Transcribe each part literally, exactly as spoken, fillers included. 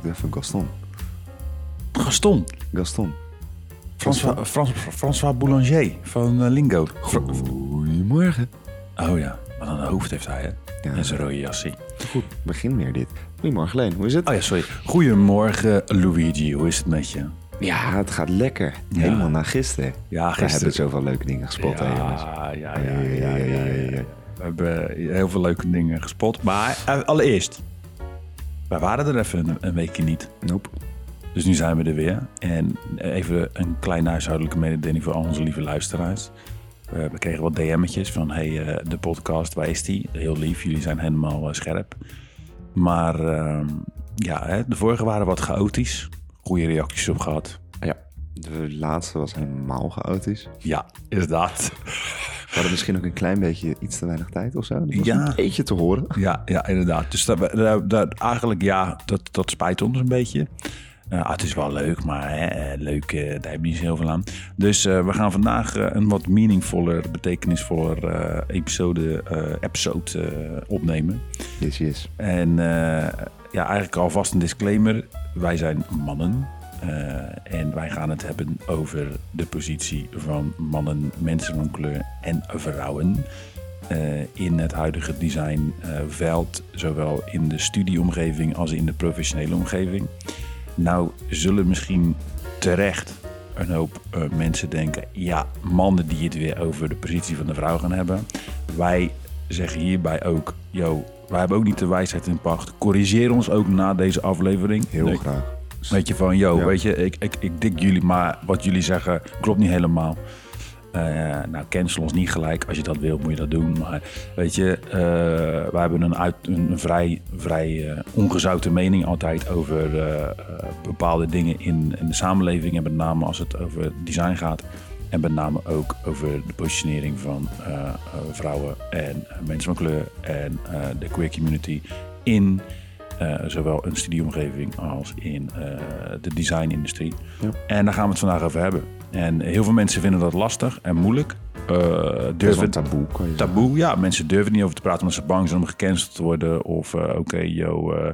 doe even Gaston. Gaston. Gaston. François, Frans, François Boulanger van uh, Lingo. Goedemorgen. Oh ja, wat een hoofd heeft hij, hè? Ja. En zijn rode jassie. Goed, begin meer dit. Goedemorgen, Leen. Hoe is het? Oh ja, sorry. Goedemorgen, Luigi. Hoe is het met je? Ja, het gaat lekker. Ja. Helemaal na gisteren. Ja, We hebben zoveel leuke dingen gespot, hè, jongens. Ja, ja, ja, ja, ja, ja, ja. We hebben heel veel leuke dingen gespot. Maar uh, allereerst, wij waren er even een, een weekje niet. Nope. Dus nu zijn we er weer. En even een kleine huishoudelijke mededeling voor al onze lieve luisteraars. Uh, we kregen wat D M'tjes van, hey, uh, de podcast, waar is die? Heel lief, jullie zijn helemaal uh, scherp. Maar uh, ja, hè, de vorige waren wat chaotisch. Goede reacties op gehad. Ja, de laatste was helemaal chaotisch. Ja, inderdaad. We hadden misschien ook een klein beetje iets te weinig tijd of zo. Dat was Ja. een beetje te horen. Ja, ja, inderdaad. Dus dat, dat, dat, eigenlijk, ja, dat, dat spijt ons een beetje. Uh, ah, het is wel leuk, maar hè, leuk, uh, daar heb je niet zo heel veel aan. Dus uh, we gaan vandaag uh, een wat meaningvoller, betekenisvoller uh, episode, uh, episode uh, opnemen. Yes, yes. En uh, ja, eigenlijk alvast een disclaimer. Wij zijn mannen. Uh, en wij gaan het hebben over de positie van mannen, mensen van kleur en vrouwen. Uh, in het huidige designveld, uh, zowel in de studieomgeving als in de professionele omgeving. Nou zullen misschien terecht een hoop uh, mensen denken, ja, mannen die het weer over de positie van de vrouw gaan hebben. Wij zeggen hierbij ook, yo, wij hebben ook niet de wijsheid in pacht. Corrigeer ons ook na deze aflevering. Heel nee, graag. Weet je van, yo, ja. weet je, ik, ik, ik dik jullie, maar wat jullie zeggen klopt niet helemaal. Uh, nou, cancel ons niet gelijk. Als je dat wilt, moet je dat doen. Maar weet je, uh, we hebben een, uit, een, een vrij, vrij uh, ongezouten mening altijd over uh, uh, bepaalde dingen in, in de samenleving. En met name als het over design gaat. En met name ook over de positionering van uh, uh, vrouwen en uh, mensen van kleur. En uh, de queer community in uh, zowel een studieomgeving als in uh, de designindustrie. Ja. En daar gaan we het vandaag over hebben. En heel veel mensen vinden dat lastig en moeilijk. Uh, durven, taboe, kan je taboe, zeggen. Ja. Mensen durven niet over te praten omdat ze bang zijn om gecanceld te worden. Of uh, oké, okay, yo, uh,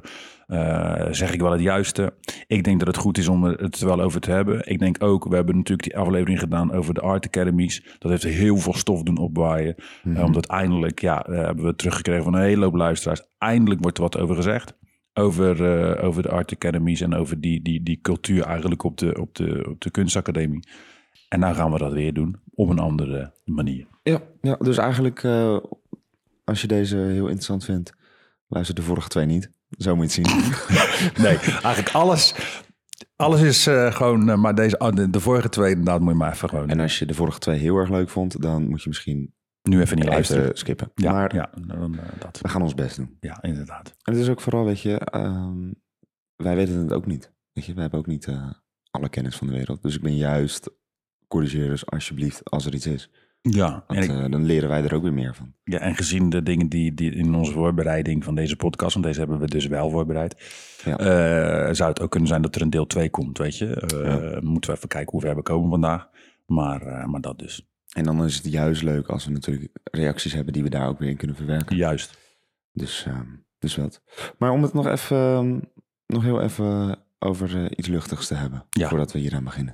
uh, zeg ik wel het juiste. Ik denk dat het goed is om het er wel over te hebben. Ik denk ook, we hebben natuurlijk die aflevering gedaan over de Art Academies. Dat heeft heel veel stof doen opwaaien. Mm-hmm. Uh, omdat eindelijk, ja, uh, hebben we teruggekregen van een hele hoop luisteraars. Eindelijk wordt er wat over gezegd. Over, uh, over de Art Academies en over die, die, die cultuur eigenlijk op de, op de, op de kunstacademie. En nou gaan we dat weer doen op een andere manier. Ja, ja dus eigenlijk uh, als je deze heel interessant vindt, luister de vorige twee niet. Zo moet je het zien. Nee, eigenlijk alles, alles is uh, gewoon, uh, maar deze, de, de vorige twee inderdaad moet je maar even gewoon. En als je de vorige twee heel erg leuk vond, dan moet je misschien nu even niet even luisteren. skippen. Ja, maar ja, dan, uh, dat. we gaan ons best doen. Ja, inderdaad. En het is ook vooral, weet je, um, wij weten het ook niet. Weet je, wij hebben ook niet uh, alle kennis van de wereld. Dus ik ben juist, corrigeer dus alsjeblieft als er iets is. Ja. Want, en ik, uh, dan leren wij er ook weer meer van. Ja, en gezien de dingen die, die in onze voorbereiding van deze podcast, want deze hebben we dus wel voorbereid, ja. uh, zou het ook kunnen zijn dat er een deel twee komt, weet je. Uh, ja. Moeten we even kijken hoe ver we komen vandaag. Maar, uh, maar dat dus. En dan is het juist leuk als we natuurlijk reacties hebben die we daar ook weer in kunnen verwerken. Juist. Dus, uh, dus wat. Maar om het nog even, um, nog heel even over uh, iets luchtigs te hebben, ja. voordat we hier aan beginnen.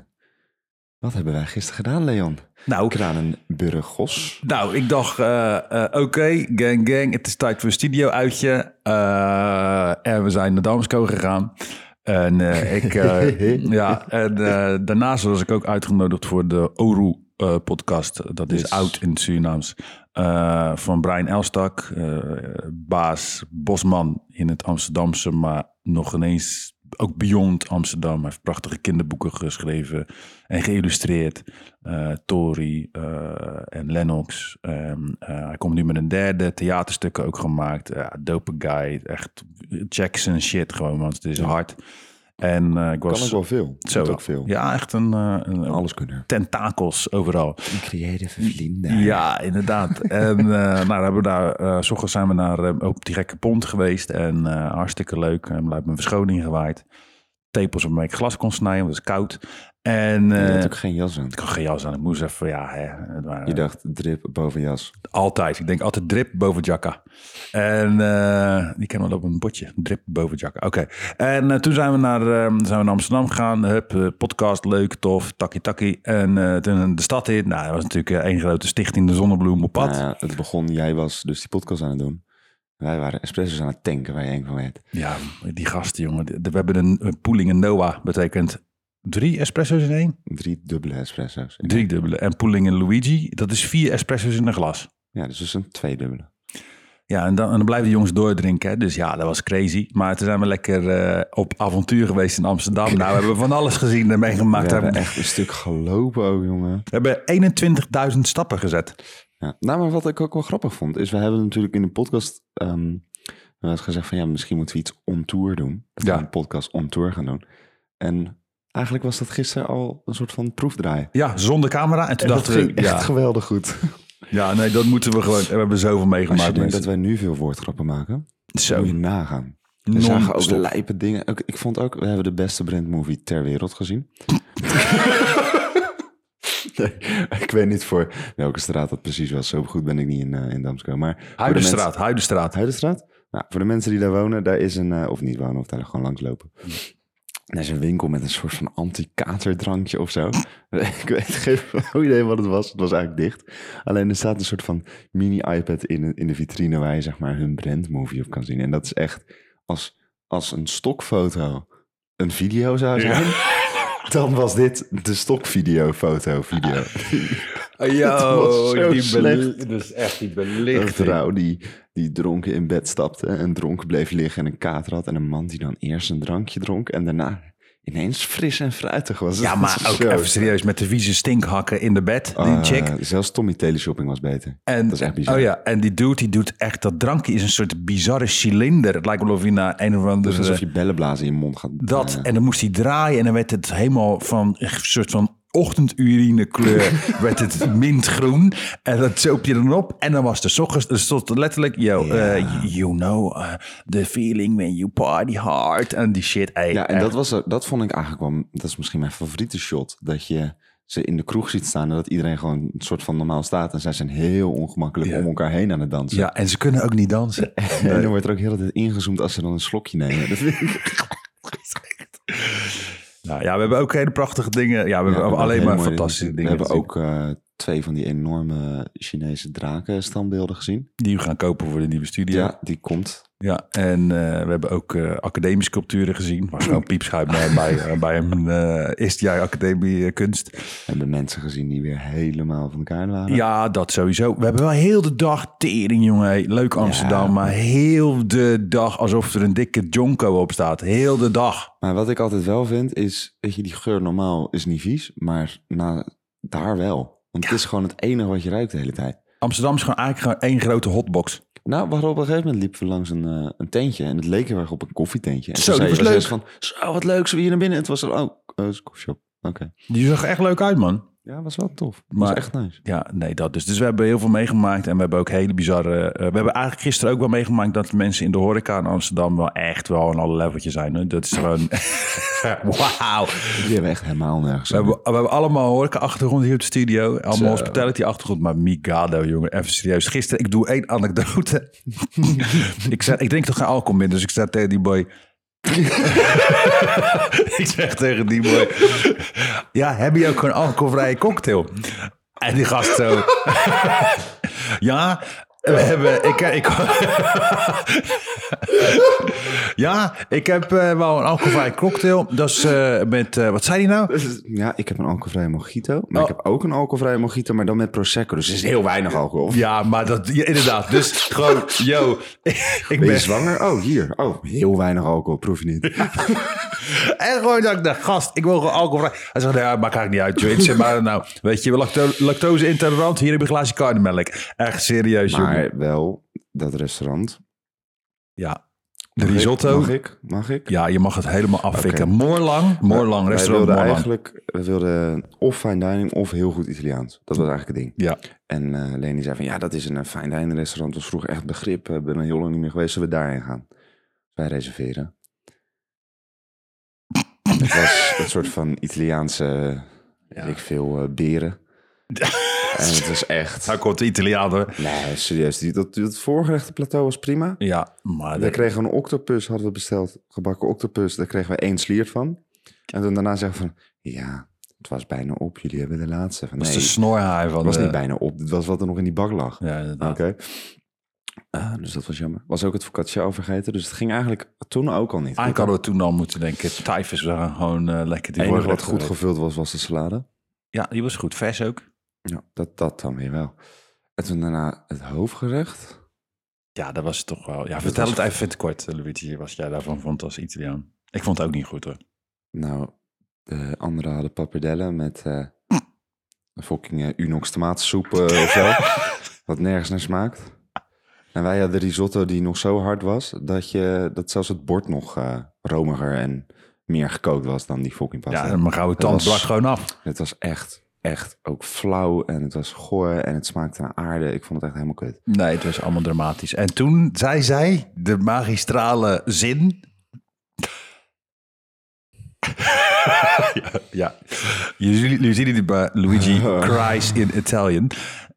Wat hebben wij gisteren gedaan, Leon? Nou, gedaan een burgos. Nou, ik dacht, uh, uh, oké, okay, gang, gang, het is tijd voor een studio-uitje. Uh, en we zijn naar Damsko gegaan. En uh, ik, uh, ja, en uh, daarnaast was ik ook uitgenodigd voor de Oru uh, podcast. Dat is yes. oud in het Surinaams. Uh, van Brian Elstak, uh, baas, bosman in het Amsterdamse, maar nog ineens ook beyond Amsterdam. Hij heeft prachtige kinderboeken geschreven en geïllustreerd. Uh, Tori uh, en Lennox. Um, uh, hij komt nu met een derde, theaterstukken ook gemaakt. Uh, dope guy, echt Jackson shit gewoon, want het is ja. hard. En uh, ik was kan ook wel veel. Zo ook veel. Ja, echt een, uh, een alles kunnen. Tentakels overal. Een creatieve vrienden. Ja, inderdaad. en uh, nou, hebben we daar, uh, 's ochtends zijn we naar uh, op die gekke pont geweest en uh, hartstikke leuk. En uh, mijn verschoning gewaaid. tepels waarmee ik glas kon snijden, want het is koud. En, uh, je had ook geen jas aan. Ik had geen jas aan. Ik moest even, ja... Hè, het waren, je dacht drip boven jas. Altijd. Ik denk altijd drip boven jacka. En uh, die kennen we op een bordje. Drip boven jacka. Oké. Okay. En uh, toen zijn we, naar, uh, zijn we naar Amsterdam gegaan. Hup, uh, podcast, leuk, tof, takkie takkie. En uh, toen de stad in. Nou, dat was natuurlijk uh, één grote stichting, de Zonnebloem op pad. Nou ja, het begon, jij was dus die podcast aan het doen. Wij waren espresso's aan het tanken, waar je een van weet. Ja, die gasten, jongen. We hebben een, een pooling in Noah. Betekent drie espresso's in één? Drie dubbele espresso's. Drie één. dubbele. En pooling in Luigi, dat is vier espresso's in een glas. Ja, dus dat is een twee dubbele. Ja, en dan, en dan blijven de jongens doordrinken. Hè? Dus ja, dat was crazy. Maar toen zijn we lekker uh, op avontuur geweest in Amsterdam. Nou, we hebben van alles gezien en meegemaakt. We hebben echt een stuk gelopen ook, jongen. We hebben eenentwintigduizend stappen gezet. Ja. Nou, maar wat ik ook wel grappig vond, is we hebben natuurlijk in de podcast um, we hebben gezegd van ja, misschien moeten we iets on tour doen. Dat we ja. een podcast on tour gaan doen. En eigenlijk was dat gisteren al een soort van proefdraai. Ja, zonder camera. En toen en dachten dat ging we, echt ja. geweldig goed. Ja, nee, dat moeten we gewoon. We hebben zoveel meegemaakt. Als je denkt dat wij nu veel woordgrappen maken, zo moet je nagaan. We non zagen ook stop. lijpe dingen. Ik vond ook, we hebben de beste brandmovie ter wereld gezien. Nee, ik weet niet voor welke straat dat precies was. Zo goed ben ik niet in, uh, in Damsko. Maar Huidenstraat, Huidenstraat. Huidenstraat? Nou, voor de mensen die daar wonen, daar is een, uh, of niet wonen, of daar gewoon langslopen. Er is een winkel met een soort van anti-katerdrankje of zo. Ik weet geen idee wat het was. Het was eigenlijk dicht. Alleen er staat een soort van mini-iPad in, in de vitrine waar je zeg maar hun brandmovie op kan zien. En dat is echt als, als een stokfoto een video zou zijn. Ja. Dan was dit de stokvideo, foto, video. Yo, die belicht, dus echt die belichting. Een vrouw die, die dronken in bed stapte en dronken bleef liggen en een kater had. En een man die dan eerst een drankje dronk en daarna ineens fris en fruitig was. Ja, maar ook zo. Even serieus, met de vieze stinkhakken in de bed, die uh, chick. Zelfs Tommy Teleshopping was beter. En, dat is echt bizar. Oh ja, en die dude, die doet echt, dat drankje is een soort bizarre cilinder. Het lijkt wel of je naar een of andere... Dus alsof je bellenblazen in je mond gaat. Dat, uh, en dan moest hij draaien en dan werd het helemaal van een soort van ochtendurine kleur werd het mintgroen. En dat zoop je dan op. En dan was de ochtends, er stond letterlijk, yo, ja. uh, you know, uh, the feeling when you party hard. En die shit. Ey, ja, en dat, was, dat vond ik eigenlijk wel, dat is misschien mijn favoriete shot. Dat je ze in de kroeg ziet staan en dat iedereen gewoon een soort van normaal staat. En zij zijn heel ongemakkelijk ja. om elkaar heen aan het dansen. Ja, en ze kunnen ook niet dansen. En nee. dan wordt er ook heel de tijd ingezoomd als ze dan een slokje nemen. Dat vind ik... Nou ja, we hebben ook hele prachtige dingen. Ja, we ja, hebben we alleen maar fantastische dingen. We hebben ook uh, twee van die enorme Chinese draken standbeelden gezien. Die we gaan kopen voor de nieuwe studio. Ja, die komt. Ja, en uh, we hebben ook uh, academische sculpturen gezien. Was gewoon piepschuim uh, bij, uh, bij een uh, eerste jaar academie uh, kunst. We hebben mensen gezien die weer helemaal van elkaar waren. Ja, dat sowieso. We hebben wel heel de dag tering, jongen. Hey, leuk Amsterdam, ja. Maar heel de dag alsof er een dikke jonko op staat. Heel de dag. Maar wat ik altijd wel vind is, weet je, die geur normaal is niet vies, maar na, daar wel. Want ja. het is gewoon het enige wat je ruikt de hele tijd. Amsterdam is gewoon eigenlijk gewoon één grote hotbox. Nou, we hadden op een gegeven moment liepen we langs een, uh, een tentje en het leek heel erg op een koffietentje. En zo, dat was leuk. Van, zo, wat leuk, zullen we hier naar binnen? En het was er, oh, uh, het is een koffieshop. Oké. Okay. Die zag er echt leuk uit, man. Ja, was wel tof. Dat maar, was echt nice. Ja, nee, dat dus. Dus we hebben heel veel meegemaakt en we hebben ook hele bizarre... Uh, we hebben eigenlijk gisteren ook wel meegemaakt dat mensen in de horeca in Amsterdam wel echt wel een alle leveltje zijn. Hè? Dat is gewoon... Wauw. Die hebben echt helemaal nergens. We hebben, we hebben allemaal horeca-achtergrond hier op de studio. Allemaal hospitality-achtergrond. Maar Mikado, jongen, even serieus. Gisteren, ik doe één anekdote. ik, zei, ik drink toch geen alcohol meer, dus ik sta tegen die boy... ik zeg tegen die boy... Ja, heb je ook een alcoholvrije cocktail? En die gast zo... ja, we hebben... Ik, ik, ja, ik heb uh, wel een alcoholvrije cocktail. Dat is uh, met... Uh, wat zei hij nou? Ja, ik heb een alcoholvrije mojito. Maar oh. ik heb ook een alcoholvrije mojito, maar dan met Prosecco. Dus er is heel weinig alcohol. Ja, maar dat... Ja, inderdaad. Dus gewoon... Yo, ik ben... ben je zwanger? Oh, hier. Oh, heel weinig alcohol. Proef je niet. En gewoon dat ik dacht, gast, ik wil gewoon alcoholvrij. Hij zegt, ja, maakt eigenlijk niet uit, joh. Ik zeg, maar nou, weet je, lacto- lactose intolerant. Hier heb je een glaasje karnemelk. Echt serieus, maar jongen. Maar wel, dat restaurant. Ja. De mag risotto. Ik, mag ik? Mag ik? Ja, je mag het helemaal afvikken. Okay. Moorlang, Moorlang, restaurant wij wilden Moorlang. Eigenlijk, we wilden of fine dining of heel goed Italiaans. Dat was eigenlijk het ding. Ja. En uh, Leni zei van, ja, dat is een fine dining restaurant. Dat was vroeger echt begrip. We ben er heel lang niet meer geweest. Zullen we daarheen gaan? Wij reserveren. Het was een soort van Italiaanse, Ja. weet ik veel, uh, beren. En het was echt... Hij komt de Italianen. Nee, serieus. Die, dat, dat voorgerechte plateau was prima. Ja, maar... We kregen een octopus, hadden we besteld. Gebakken octopus, daar kregen we één sliert van. En toen daarna zeggen we van... Ja, het was bijna op. Jullie hebben de laatste. Van, Dat nee, is de snorhaai van het was de... niet bijna op. Het was wat er nog in die bak lag. Ja, inderdaad. Oké. Uh, dus dat was jammer. Was ook het focaccia vergeten. Dus het ging eigenlijk toen ook al niet. Eigenlijk hadden we toen al moeten denken... Typhus waren gewoon uh, lekker. Het enige wat goed gevuld was, was de salade. Ja, die was goed. Vers ook. Ja, dat, dat dan weer wel. En toen daarna het hoofdgerecht. Ja, dat was toch wel... Ja, vertel het even in het kort, Luigi, wat jij daarvan vond als Italiaan. Ik vond het ook niet goed, hoor. Nou, de anderen hadden pappardellen met uh, een fucking uh, Unox tomatensoep uh, of zo. Wat nergens naar smaakt. En wij hadden risotto die nog zo hard was... dat, je, dat zelfs het bord nog uh, romiger en meer gekookt was dan die fucking pasta. Ja, mijn gouden tand brak gewoon af. Het was echt... echt ook flauw en het was goor en het smaakte naar aarde. Ik vond het echt helemaal kut. Nee, het was allemaal dramatisch. En toen zei zij de magistrale zin... ja, ja. Jullie zien het bij Luigi cries in Italian.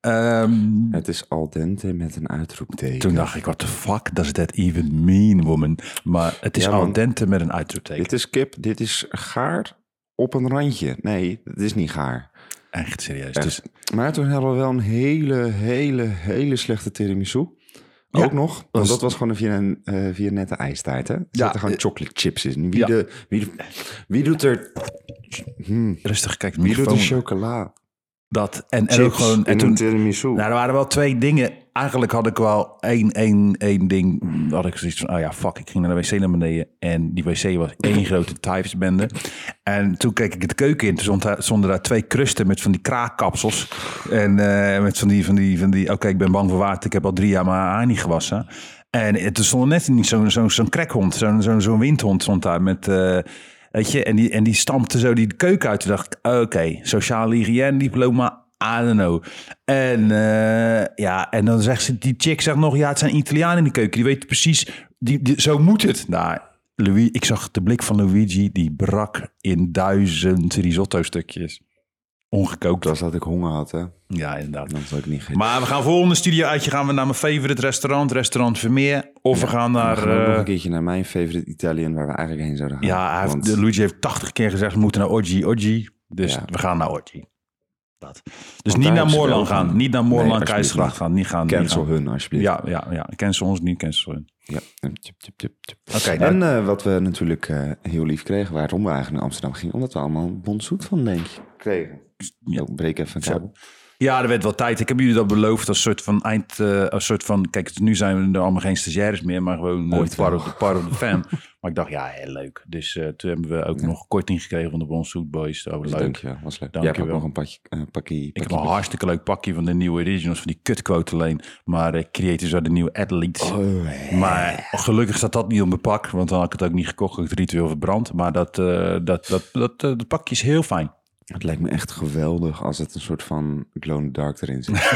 Um, het is al dente met een uitroepteken. Toen dacht ik, what the fuck does that even mean, woman? Maar het is ja, al dente met een uitroepteken. Dit is kip, dit is gaar op een randje. Nee, het is niet gaar. Echt serieus. Echt. Dus... Maar toen hadden we wel een hele, hele, hele slechte tiramisu. Ja, ook nog, want dat was gewoon een via, uh, via nette ijstijd, hè? Er ja, zitten gewoon chocolate chips in. Wie, ja. de, wie, de, wie doet er... Hmm. Rustig, kijk. Wie doet er chocola? Dat, en, en ook gewoon... En toen, tiramisu. Nou, er waren wel twee dingen. Eigenlijk had ik wel één, één, één ding... had ik zoiets van, oh ja, fuck, ik ging naar de wc naar beneden... en die wc was één grote Typhusbende. En toen keek ik de keuken in. Toen stond daar, stonden daar twee krusten met van die kraakkapsels. En uh, met van die... van die, van die oké, okay, ik ben bang voor water. Ik heb al drie jaar mijn haar niet gewassen. En er stond net niet zo'n zo, zo'n krekhond. Zo'n zo, zo windhond stond daar met... Uh, weet je, en die, en die stampte zo die keuken uit. Toen dacht ik, oké, okay, sociale hygiëne, diploma... I don't know. En uh, ja, en dan zegt ze, die chick zegt nog, ja, het zijn Italianen in de keuken. Die weten precies, die, die, zo moet het. Nou, Louis, ik zag de blik van Luigi, die brak in duizend risotto-stukjes. Ongekookt. Dat was dat ik honger had, hè? Ja, inderdaad. Dan zou ik niet maar we gaan volgende studio uitje, gaan we naar mijn favorite restaurant, restaurant Vermeer. Of ja, we gaan naar... We gaan uh, nog een keertje naar mijn favorite Italian, waar we eigenlijk heen zouden gaan. Ja, hij want... heeft, Luigi heeft tachtig keer gezegd, we moeten naar Oggi, Oggi. Dus ja. we gaan naar Oggi. Dat. Dus want niet naar Moorland gaan. gaan. Niet naar Moorland nee, Keizergracht gaan. Niet gaan. Cancel niet gaan. hun, alsjeblieft. Ja, ja, ja. Cancel ons niet, cancel hun. Ja. Okay, en nou... uh, wat we natuurlijk uh, heel lief kregen, waarom we eigenlijk naar Amsterdam gingen, omdat we allemaal bonzoet van Leentje kregen. Ja. Oh, breek even een kabel. Ja, er werd wel tijd. Ik heb jullie dat beloofd als soort van eind... Uh, als soort van, kijk, nu zijn we er allemaal geen stagiaires meer, maar gewoon uh, part, of the, part of the fam. Maar ik dacht, ja, heel leuk. Dus uh, toen hebben we ook ja. nog korting gekregen van de Bonzoet Boys. Oh, leuk. Dank je, was leuk. Dank Jij hebt ook nog een pakje, uh, pakje, pakje. Ik heb een hartstikke leuk pakje van de nieuwe originals, van die kutquote alleen. Maar uh, creators are de nieuwe athletes. Oh, hey. Maar gelukkig staat dat niet op mijn pak, want dan had ik het ook niet gekocht. Ik heb het ritueel verbrand. Maar dat, uh, dat, dat, dat, dat, uh, dat pakje is heel fijn. Het lijkt me echt geweldig als het een soort van glow in the dark erin zit. Dat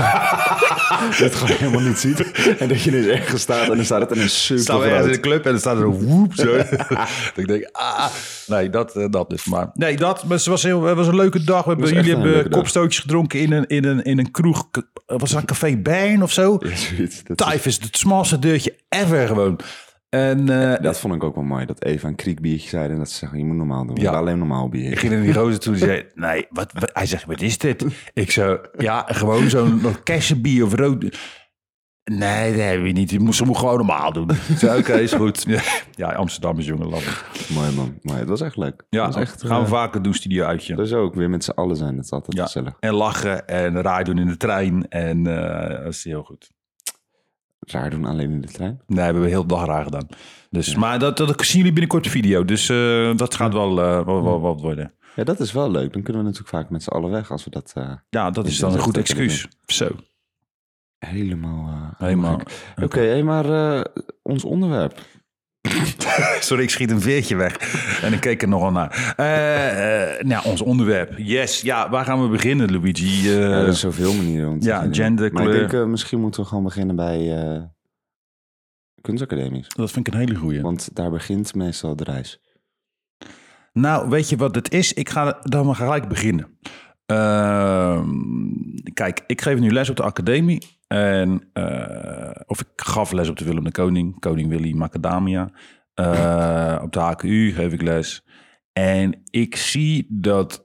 je het gewoon helemaal niet ziet. En dat je dus ergens staat en dan staat het in een super Staan we ergens in de club en dan staat er een woep zo. Ik denk, ah, nee, dat, uh, dat dus maar. Nee, dat het was, heel, het was een leuke dag. We hebben, jullie hebben kopstootjes dag. gedronken in een, in, een, in een kroeg. Was dat een café Bern of zo? Ja, zoiets. Typhus is het smalste deurtje ever gewoon. En, uh, dat vond ik ook wel mooi. Dat Eva een kriekbiertje zeiden en dat ze zeggen, je moet normaal doen. Ja. Alleen normaal bier. Ik ging naar die roze toe en zei, nee, wat, wat? Hij zegt, wat is dit? Ik zo, ja, gewoon zo'n kersenbier of rood. Nee, dat hebben we niet. Je moest hem gewoon normaal doen. Oké, okay, is goed. Ja, Amsterdam is jongen landen. Mooi man, mooi. Het was echt leuk. Ja, was echt, gaan we uh, vaker doen, studio uitje. Dat is ook weer met z'n allen zijn. Dat is altijd ja. gezellig. En lachen en raar doen in de trein. En uh, dat is heel goed. Raar doen alleen in de trein? Nee, we hebben heel de dag raar gedaan. Dus, ja. Maar dat, dat zien jullie binnenkort de video. Dus uh, dat gaat wel, uh, wel, wel wat worden. Ja, dat is wel leuk. Dan kunnen we natuurlijk vaak met z'n allen weg als we dat... Uh, ja, dat is dan een goed excuus. Zo. Helemaal... Uh, Helemaal. Oké, okay, hey, maar uh, ons onderwerp. Sorry, ik schiet een veertje weg. En ik keek er nogal naar. Uh, uh, nou, ons onderwerp. Yes. Ja, waar gaan we beginnen, Luigi? Uh, ja, er is zoveel manieren om te Ja, beginnen. gender, maar kleur. ik denk, uh, misschien moeten we gewoon beginnen bij uh, kunstacademies. Dat vind ik een hele goeie. Want daar begint meestal de reis. Nou, weet je wat het is? Ik ga dan maar gelijk beginnen. Uh, kijk, ik geef nu les op de academie. En, uh, of ik gaf les op de Willem de Koning. Koning Willy Macadamia. Uh, op de H K U geef ik les. En ik zie dat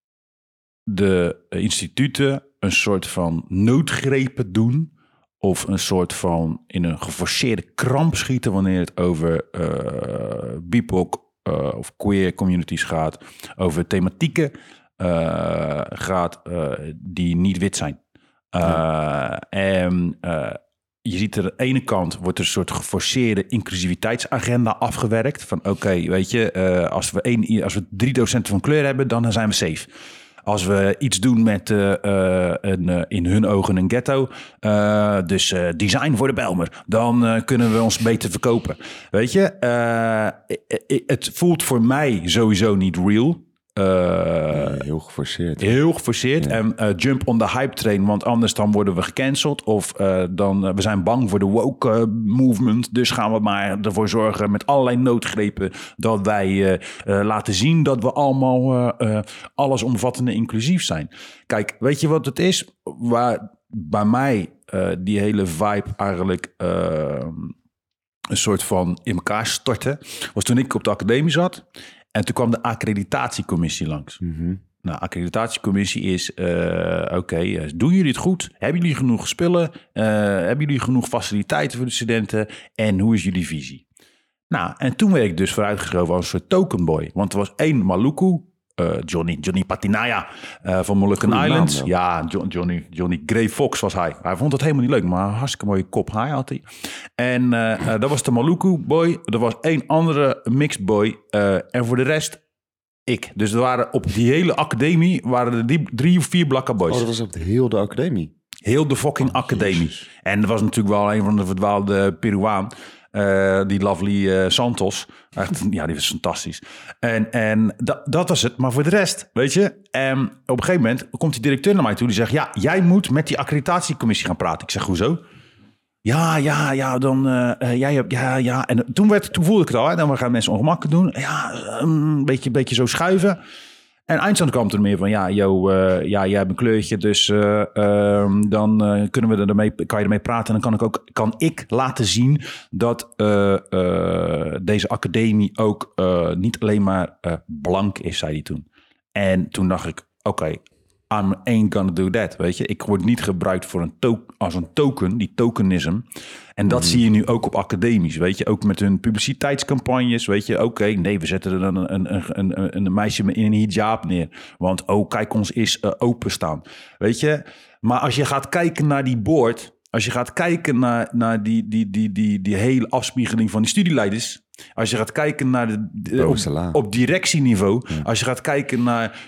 de instituten een soort van noodgrepen doen. Of een soort van in een geforceerde kramp schieten wanneer het over uh, B I P O C uh, of queer communities gaat. Over thematieken uh, gaat uh, die niet wit zijn. Uh, ja. En uh, je ziet er aan de ene kant wordt er een soort geforceerde inclusiviteitsagenda afgewerkt. Van oké, okay, weet je, uh, als, we één, als we drie docenten van kleur hebben, dan zijn we safe. Als we iets doen met uh, uh, een, uh, in hun ogen een ghetto, uh, dus uh, design voor de Bijlmer, dan uh, kunnen we ons beter verkopen. Weet je, uh, het voelt voor mij sowieso niet real. Uh, nee, heel geforceerd. Heel geforceerd. Ja. En uh, jump on the hype train, want anders dan worden we gecanceld. Of uh, dan, uh, we zijn bang voor de woke uh, movement. Dus gaan we maar ervoor zorgen met allerlei noodgrepen dat wij uh, uh, laten zien dat we allemaal uh, uh, allesomvattende inclusief zijn. Kijk, weet je wat het is? Waar bij mij uh, die hele vibe eigenlijk uh, een soort van in elkaar stortte, was toen ik op de academie zat. En toen kwam de accreditatiecommissie langs. Mm-hmm. Nou, accreditatiecommissie is, uh, oké, okay, uh, doen jullie het goed? Hebben jullie genoeg spullen? Uh, hebben jullie genoeg faciliteiten voor de studenten? En hoe is jullie visie? Nou, en toen werd ik dus vooruitgeschoven als een soort tokenboy. Want er was één Maluku, uh, Johnny, Johnny Patinaya uh, van Moluccan Goeie Islands. Naam, ja, John, Johnny, Johnny Grey Fox was hij. Hij vond het helemaal niet leuk, maar een hartstikke mooie kop haai had hij. En uh, uh, dat was de Maluku boy. Er was één andere mixed boy. Uh, en voor de rest, ik. Dus er waren op die hele academie waren er die, drie of vier blakke boys. Oh, dat was op de heel de academie? Heel de fucking oh, academie. Jezus. En er was natuurlijk wel een van de verdwaalde Peruaan. Uh, die lovely uh, Santos. Echt, ja, die was fantastisch. En, en da, dat was het. Maar voor de rest, weet je. En op een gegeven moment komt die directeur naar mij toe. Die zegt, ja, jij moet met die accreditatiecommissie gaan praten. Ik zeg, hoezo? Ja, ja, ja, dan... Uh, jij hebt, ja, ja. En toen, werd, toen voelde ik het al. Hè, dan gaan mensen ongemakkelijk doen. Ja, een beetje, beetje zo schuiven. En eindstand kwam er meer van, ja, yo, uh, ja, jij hebt een kleurtje, dus uh, uh, dan uh, kunnen we ermee, kan je ermee praten. En dan kan ik ook, kan ik laten zien dat uh, uh, deze academie ook uh, niet alleen maar uh, blank is, zei hij toen. En toen dacht ik, oké, okay, I'm ain't gonna do that, weet je. Ik word niet gebruikt voor een to- als een token, die tokenism. En dat mm. zie je nu ook op academisch, weet je. Ook met hun publiciteitscampagnes, weet je. Oké, okay, nee, we zetten er dan een, een, een, een meisje in een hijab neer. Want, oh, kijk, ons is uh, openstaan, weet je. Maar als je gaat kijken naar die board, als je gaat kijken naar, naar die, die, die, die, die hele afspiegeling van die studieleiders, als je gaat kijken naar de, de op, op directieniveau, ja. Als je gaat kijken naar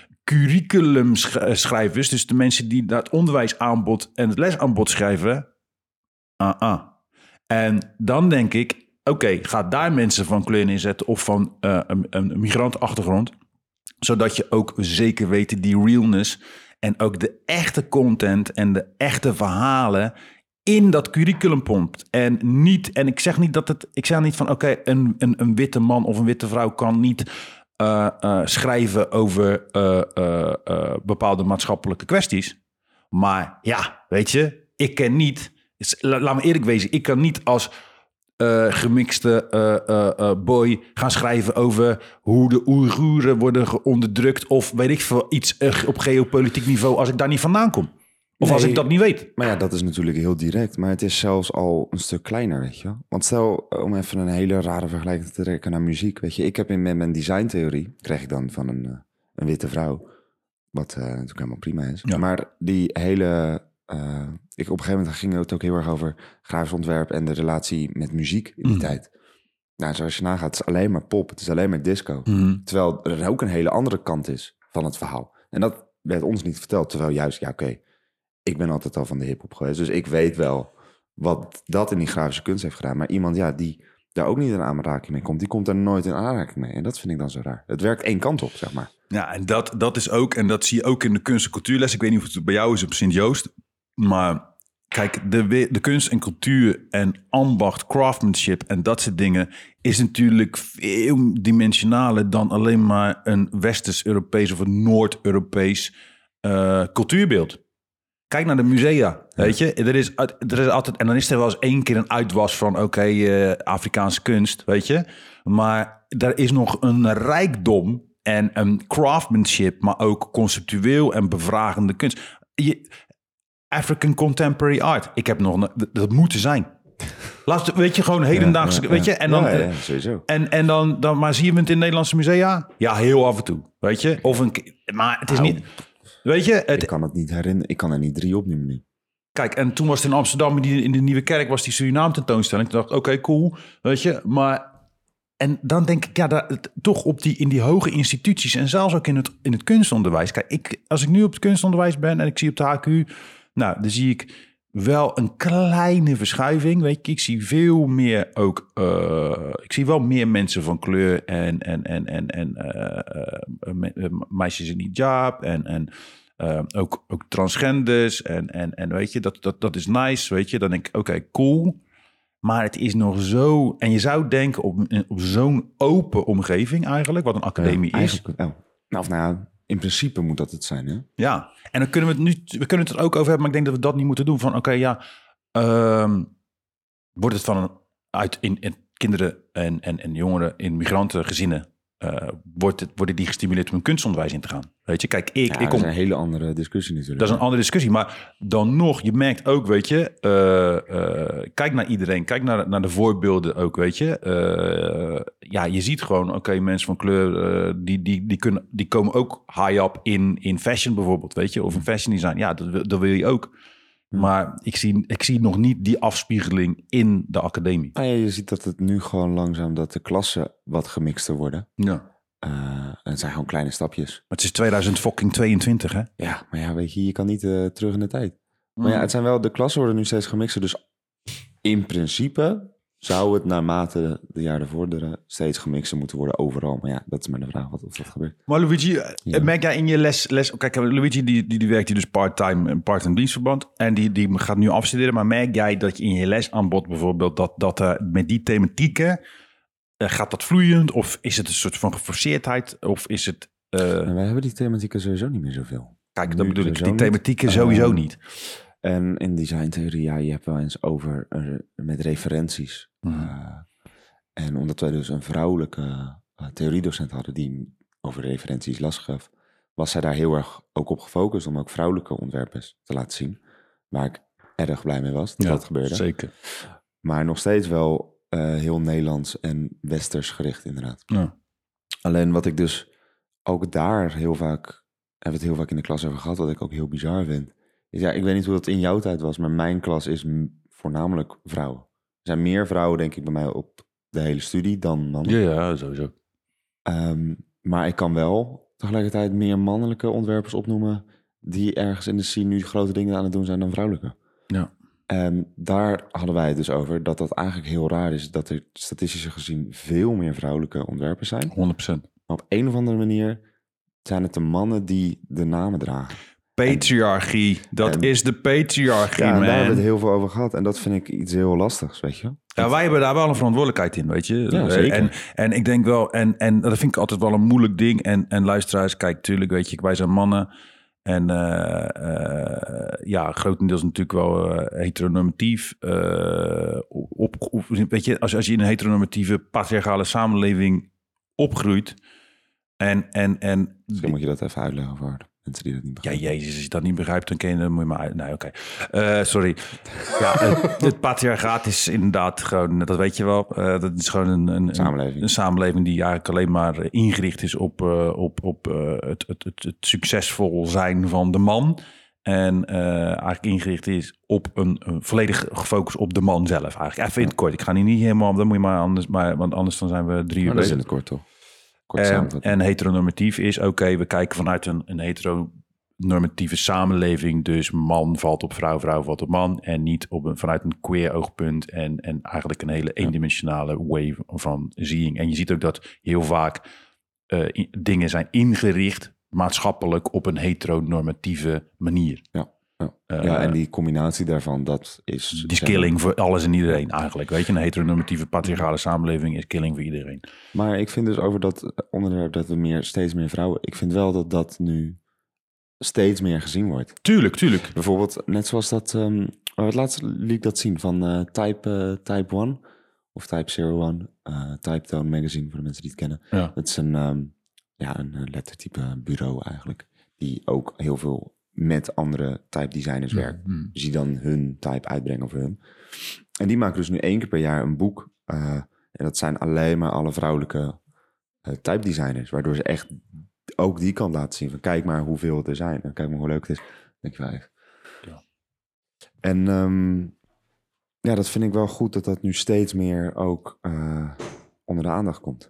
curriculumschrijvers, dus de mensen die het onderwijsaanbod en het lesaanbod schrijven. Uh-uh. En dan denk ik, oké, okay, ga daar mensen van kleur neerzetten of van uh, een, een migrantenachtergrond, zodat je ook zeker weet die realness en ook de echte content en de echte verhalen in dat curriculum pompt. En niet, en ik zeg niet dat het, ik zeg niet van oké, okay, een, een, een witte man of een witte vrouw kan niet Uh, uh, schrijven over uh, uh, uh, bepaalde maatschappelijke kwesties. Maar ja, weet je, ik ken niet, la, laat me eerlijk wezen, ik kan niet als uh, gemixte uh, uh, uh, boy gaan schrijven over hoe de Oeigoeren worden onderdrukt of weet ik veel, iets uh, op geopolitiek niveau als ik daar niet vandaan kom. Of nee, als ik dat niet weet. Maar ja, dat is natuurlijk heel direct. Maar het is zelfs al een stuk kleiner, weet je. Want stel, om even een hele rare vergelijking te trekken naar muziek. Weet je, ik heb in mijn designtheorie, krijg ik dan van een, een witte vrouw. Wat uh, natuurlijk helemaal prima is. Ja. Maar die hele... Uh, ik, op een gegeven moment ging het ook heel erg over grafisch ontwerp en de relatie met muziek in die mm. tijd. Nou, zoals je nagaat, het is alleen maar pop. Het is alleen maar disco. Mm. Terwijl er ook een hele andere kant is van het verhaal. En dat werd ons niet verteld. Terwijl juist, ja oké, okay, ik ben altijd al van de hiphop geweest. Dus ik weet wel wat dat in die grafische kunst heeft gedaan. Maar iemand ja, die daar ook niet in aanraking mee komt, die komt daar nooit in aanraking mee. En dat vind ik dan zo raar. Het werkt één kant op, zeg maar. Ja, en dat, dat is ook, en dat zie je ook in de kunst- en cultuurles. Ik weet niet of het bij jou is op Sint-Joost. Maar kijk, de, de kunst en cultuur en ambacht, craftsmanship en dat soort dingen is natuurlijk veel dimensionaler dan alleen maar een Westers-Europees of een Noord-Europees uh, cultuurbeeld. Kijk naar de musea, weet je. Er is, er is altijd, en dan is er wel eens één keer een uitwas van, oké, okay, uh, Afrikaanse kunst, weet je. Maar er is nog een rijkdom en een craftsmanship, maar ook conceptueel en bevragende kunst. Je, African Contemporary Art. Ik heb nog, dat, dat moet er zijn. Laat, weet je, gewoon hedendaagse, ja, ja, ja. weet je. En dan, ja, ja, sowieso. En, en dan, dan, maar zie je het in Nederlandse musea? Ja, heel af en toe, weet je. Of een, maar het is nou, niet, weet je. Het, ik kan het niet herinneren, ik kan er niet drie opnemen nu. Kijk, en toen was het in Amsterdam, in, die, in de Nieuwe Kerk, was die Suriname tentoonstelling. Toen dacht ik, oké, okay, cool, weet je. Maar, en dan denk ik, ja, daar, toch op die, in die hoge instituties en zelfs ook in het, in het kunstonderwijs. Kijk, ik, als ik nu op het kunstonderwijs ben en ik zie op de H Q, nou, dan zie ik wel een kleine verschuiving, weet je. Ik zie veel meer ook, uh, ik zie wel meer mensen van kleur en, en, en, en, en uh, uh, meisjes in hijab en, en uh, ook, ook transgenders en, en, en weet je, dat, dat, dat is nice, weet je. Dan denk ik, oké, okay, cool. Maar het is nog zo, en je zou denken op, op zo'n open omgeving eigenlijk, wat een academie ja, is. Oh, nou, of nou ja, in principe moet dat het zijn, hè? Ja, en dan kunnen we het nu, we kunnen het er ook over hebben, maar ik denk dat we dat niet moeten doen. Van oké, okay, ja, um, wordt het van een, uit in, in kinderen en, en, en jongeren in migrantengezinnen, uh, wordt het, worden die gestimuleerd om een kunstonderwijs in te gaan? Weet je, kijk, ik, ja, ik kom. Dat is een hele andere discussie natuurlijk. Dat is een andere discussie, maar dan nog, je merkt ook, weet je, uh, uh, kijk naar iedereen, kijk naar, naar de voorbeelden ook, weet je. Uh, ja, je ziet gewoon, oké, okay, mensen van kleur, uh, die, die, die, kunnen, die komen ook high up in, in fashion bijvoorbeeld, weet je, of in fashion design. Ja, dat, dat wil je ook. Hmm. Maar ik zie, ik zie nog niet die afspiegeling in de academie. Ah, ja, je ziet dat het nu gewoon langzaam, dat de klassen wat gemixter worden. Ja. Uh, het zijn gewoon kleine stapjes. Maar het is tweeduizend tweeëntwintig, hè? Ja, maar ja, weet je, je kan niet uh, terug in de tijd. Mm. Maar ja, het zijn wel, de klassen worden nu steeds gemixter. Dus in principe zou het naarmate de jaren vorderen steeds gemixter moeten worden overal. Maar ja, dat is maar de vraag wat, of dat gebeurt. Maar Luigi, ja. merk jij in je les... les kijk, Luigi die, die, die werkt hier dus part-time en part- en dienstverband. En die, die gaat nu afstuderen. Maar merk jij dat je in je lesaanbod bijvoorbeeld... dat, dat uh, met die thematieken... Uh, gaat dat vloeiend? Of is het een soort van geforceerdheid? Of is het... Uh... Nou, wij hebben die thematieken sowieso niet meer zoveel. Kijk, dat bedoel ik. Die thematieken sowieso uh, niet. En in designtheorie, ja, je hebt wel eens over uh, met referenties. Mm. Uh, en omdat wij dus een vrouwelijke uh, theoriedocent hadden die over referenties les gaf, was zij daar heel erg ook op gefocust om ook vrouwelijke ontwerpers te laten zien. Waar ik erg blij mee was dat ja, dat gebeurde. Zeker. Maar nog steeds wel uh, heel Nederlands en westers gericht inderdaad. Ja. Alleen wat ik dus ook daar heel vaak, hebben we het heel vaak in de klas over gehad, wat ik ook heel bizar vind. Is ja, ik weet niet hoe dat in jouw tijd was, maar mijn klas is m- voornamelijk vrouwen. Er zijn meer vrouwen, denk ik, bij mij op de hele studie dan mannen. Ja, ja, sowieso. Um, maar ik kan wel tegelijkertijd meer mannelijke ontwerpers opnoemen die ergens in de scene nu grote dingen aan het doen zijn dan vrouwelijke. Ja. En daar hadden wij het dus over dat dat eigenlijk heel raar is, dat er statistisch gezien veel meer vrouwelijke ontwerpers zijn. honderd procent. Maar op een of andere manier zijn het de mannen die de namen dragen. Patriarchie, dat en, is de patriarchie, ja, man. Daar hebben we het heel veel over gehad. En dat vind ik iets heel lastigs, weet je. Ja, wij hebben daar wel een verantwoordelijkheid in, weet je. Ja, zeker. En, en ik denk wel, en, en dat vind ik altijd wel een moeilijk ding. En, en luisteraars, kijk, tuurlijk, weet je, wij zijn mannen. En uh, uh, ja, grotendeels natuurlijk wel uh, heteronormatief. Uh, op, op, weet je, als, als je in een heteronormatieve, patriarchale samenleving opgroeit. En, en, en, Misschien moet je dat even uitleggen voor mensen die dat niet begrijpen. Ja, jezus, als je dat niet begrijpt, dan ken je, dan moet je maar uit. Nee, oké. Okay. Uh, sorry. Ja, het, het patriarchaat is inderdaad gewoon, dat weet je wel. Uh, dat is gewoon een, een, samenleving. Een, een samenleving die eigenlijk alleen maar ingericht is op, uh, op, op uh, het, het, het, het succesvol zijn van de man. En uh, eigenlijk ingericht is op een, een volledig gefocust op de man zelf. Eigenlijk even in het kort. Ik ga hier niet helemaal, dan moet je maar anders, maar, want anders dan zijn we drie uur bezig. Dat is in het kort toch? En, en heteronormatief is, oké, okay, we kijken vanuit een, een heteronormatieve samenleving. Dus man valt op vrouw, vrouw valt op man. En niet op een, vanuit een queer oogpunt. En, en eigenlijk een hele eendimensionale way van seeing. En je ziet ook dat heel vaak uh, in, dingen zijn ingericht maatschappelijk op een heteronormatieve manier. Ja. Ja. Uh, ja, en die combinatie daarvan, dat is... Die is killing voor alles en iedereen eigenlijk. Weet je, een heteronormatieve patriarchale samenleving is killing voor iedereen. Maar ik vind dus over dat onderwerp dat we meer, steeds meer vrouwen... Ik vind wel dat dat nu steeds meer gezien wordt. Tuurlijk, tuurlijk. Bijvoorbeeld, net zoals dat... Um, het laatste liet ik dat zien van uh, Type, uh, Type One of Type Zero One. Uh, Type Tone Magazine, voor de mensen die het kennen. Ja. Het is een, um, ja, een lettertype bureau eigenlijk. Die ook heel veel met andere type designers werkt. Mm-hmm. Dus die dan hun type uitbrengen over hun. En die maken dus nu één keer per jaar een boek. Uh, en dat zijn alleen maar alle vrouwelijke uh, type designers. Waardoor ze echt ook die kant laten zien. Van kijk maar hoeveel het er zijn. En kijk maar hoe leuk het is. Denk je wel echt. Ja. En um, ja, dat vind ik wel goed dat dat nu steeds meer ook uh, onder de aandacht komt.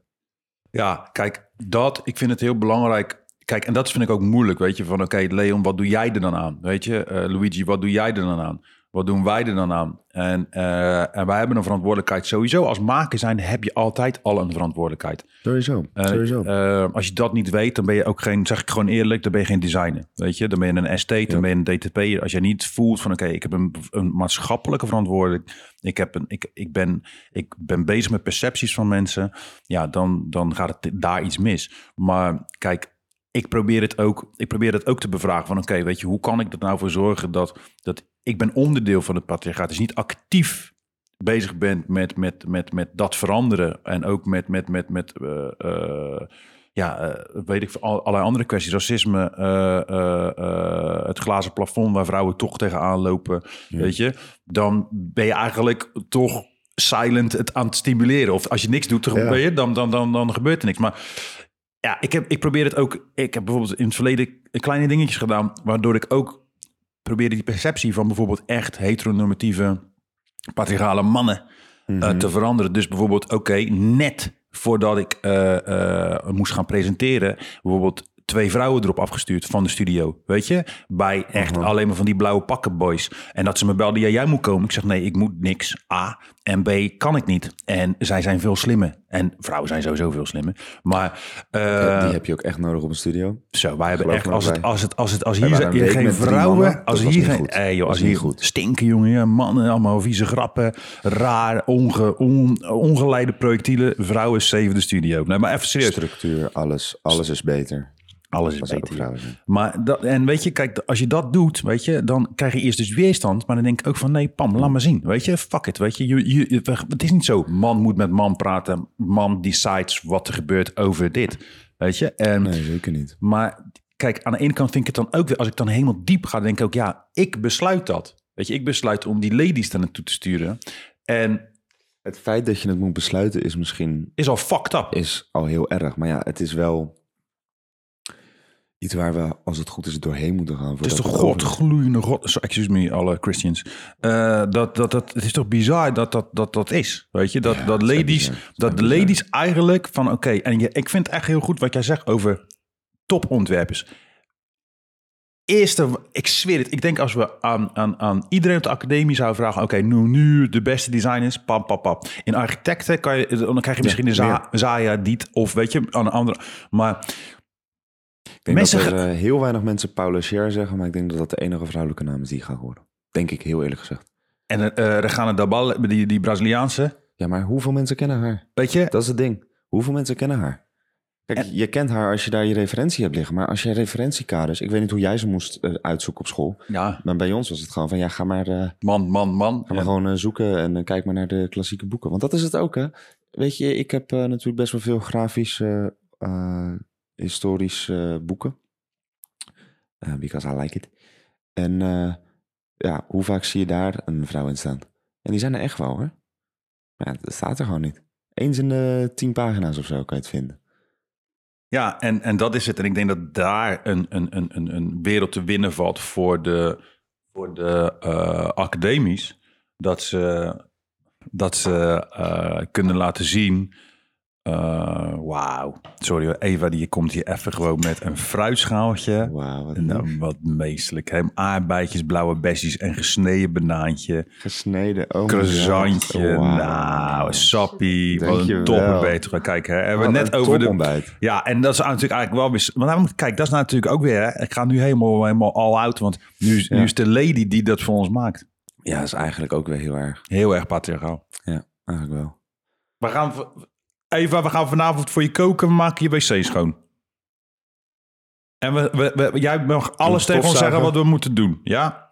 Ja, kijk, dat, ik vind het heel belangrijk. Kijk, en dat vind ik ook moeilijk, weet je. Van oké, okay, Leon, wat doe jij er dan aan? Weet je, uh, Luigi, wat doe jij er dan aan? Wat doen wij er dan aan? En, uh, en wij hebben een verantwoordelijkheid. Sowieso, als maker zijn heb je altijd al een verantwoordelijkheid. Sowieso, uh, sowieso. Uh, als je dat niet weet, dan ben je ook geen, zeg ik gewoon eerlijk, dan ben je geen designer. Weet je, dan ben je een S T, dan ja. ben je een D T P. Als je niet voelt van oké, okay, ik heb een, een maatschappelijke verantwoordelijkheid. Ik, heb een, ik, ik, ben, ik ben bezig met percepties van mensen. Ja, dan, dan gaat het daar iets mis. Maar kijk, ik probeer het ook, ik probeer het ook te bevragen van oké, okay, weet je, hoe kan ik er nou voor zorgen dat, dat ik ben onderdeel van het patriarchaat, dus niet actief bezig ben met, met, met, met dat veranderen en ook met, met, met, met uh, uh, ja, uh, weet ik, allerlei andere kwesties, racisme, uh, uh, uh, het glazen plafond waar vrouwen toch tegenaan lopen, ja. weet je, dan ben je eigenlijk toch silent het aan het stimuleren. Of als je niks doet, dan, ja. dan, dan, dan, dan gebeurt er niks. Maar ja, ik, heb, ik probeer het ook... Ik heb bijvoorbeeld in het verleden kleine dingetjes gedaan, waardoor ik ook probeerde die perceptie van bijvoorbeeld echt heteronormatieve patriarchale mannen mm-hmm. uh, te veranderen. Dus bijvoorbeeld, oké, okay, net voordat ik uh, uh, moest gaan presenteren, bijvoorbeeld twee vrouwen erop afgestuurd van de studio, weet je? Bij echt uh-huh. alleen maar van die blauwe pakken boys. En dat ze me belden, ja, jij moet komen. Ik zeg, nee, ik moet niks. A. En B, kan ik niet. En zij zijn veel slimmer. En vrouwen zijn sowieso veel slimmer. Maar uh, ja, die heb je ook echt nodig op een studio. Zo, wij hebben echt, als het, als het, als het, als hier, hier, hier geen vrouwen, mannen, als hier geen, eh, joh, als hier goed. Stinken, jongen, ja, mannen, allemaal vieze grappen, raar, onge, on, ongeleide projectielen. Vrouwen zeven de studio. Nee, maar even serieus. Structuur, alles, alles is beter. Alles is beter. Maar dat, en weet je, kijk, als je dat doet, weet je, dan krijg je eerst dus weerstand. Maar dan denk ik ook van, nee, Pam, laat maar zien. Weet je, fuck it. Weet je, je, je, het is niet zo, man moet met man praten. Man decides wat er gebeurt over dit. Weet je? En, nee, zeker niet. Maar kijk, aan de ene kant vind ik het dan ook weer, als ik dan helemaal diep ga, denk ik ook, ja, ik besluit dat. Weet je, ik besluit om die ladies daar naartoe te sturen. En het feit dat je het moet besluiten is misschien... Is al fucked up. Is al heel erg. Maar ja, het is wel iets waar we, als het goed is, doorheen moeten gaan. Het is toch godgloeiende god... So, excuse me, alle Christians. Uh, dat, dat, dat, het is toch bizar dat dat, dat, dat is, weet je? Dat, ja, dat ladies, dat de ladies eigenlijk van... Oké, okay, en je, ik vind het echt heel goed wat jij zegt over topontwerpers. Eerste, ik zweer het, ik denk als we aan, aan, aan iedereen op de academie zouden vragen... Oké, okay, nu, nu de beste designers, pam, pam, pam. In architecten kan je, dan krijg je misschien ja, de Za- Zaya, Diet of weet je, aan een andere... Maar... Ik denk mensen... dat er uh, heel weinig mensen Paula Scher zeggen, maar ik denk dat dat de enige vrouwelijke naam is die gaat worden. Denk ik, heel eerlijk gezegd. En uh, Regina Dabal, die, die Braziliaanse. Ja, maar hoeveel mensen kennen haar? Weet je? Dat is het ding. Hoeveel mensen kennen haar? Kijk, en... je kent haar als je daar je referentie hebt liggen, maar als je referentiekaders... Ik weet niet hoe jij ze moest uh, uitzoeken op school. Ja. Maar bij ons was het gewoon van, ja, ga maar... Uh, man, man, man. Ga maar ja. gewoon uh, zoeken en uh, kijk maar naar de klassieke boeken. Want dat is het ook, hè. Weet je, ik heb uh, natuurlijk best wel veel grafische, uh, historische uh, boeken. Uh, because I like it. En uh, ja, hoe vaak zie je daar een vrouw in staan? En die zijn er echt wel, hoor. Maar ja, dat staat er gewoon niet. Eens in de tien pagina's of zo kan je het vinden. Ja, en, en dat is het. En ik denk dat daar een, een, een, een wereld te winnen valt voor de, voor de uh, academies. Dat ze, dat ze uh, kunnen laten zien Uh, Wauw. Sorry, Eva die komt hier even gewoon met een fruitschaaltje. Wauw, wat, nou, wat meestelijk. Hè? Aardbeidjes, blauwe bessies en gesneden banaantje. Gesneden, oh croissantje, wow. Nou, sappie. Wat een topperbeten. Kijk, hè, hebben we net over de ontbijt. Ja, en dat is natuurlijk eigenlijk wel weer... Maar nou, kijk, dat is natuurlijk ook weer... Hè? Ik ga nu helemaal, helemaal all out, want nu, ja. nu is de lady die dat voor ons maakt. Ja, dat is eigenlijk ook weer heel erg... Heel erg patriarchaal. Ja, eigenlijk wel. We gaan... Eva, we gaan vanavond voor je koken. We maken je wc schoon. En we, we, we, jij mag alles tegen ons zeggen wat we moeten doen. Ja?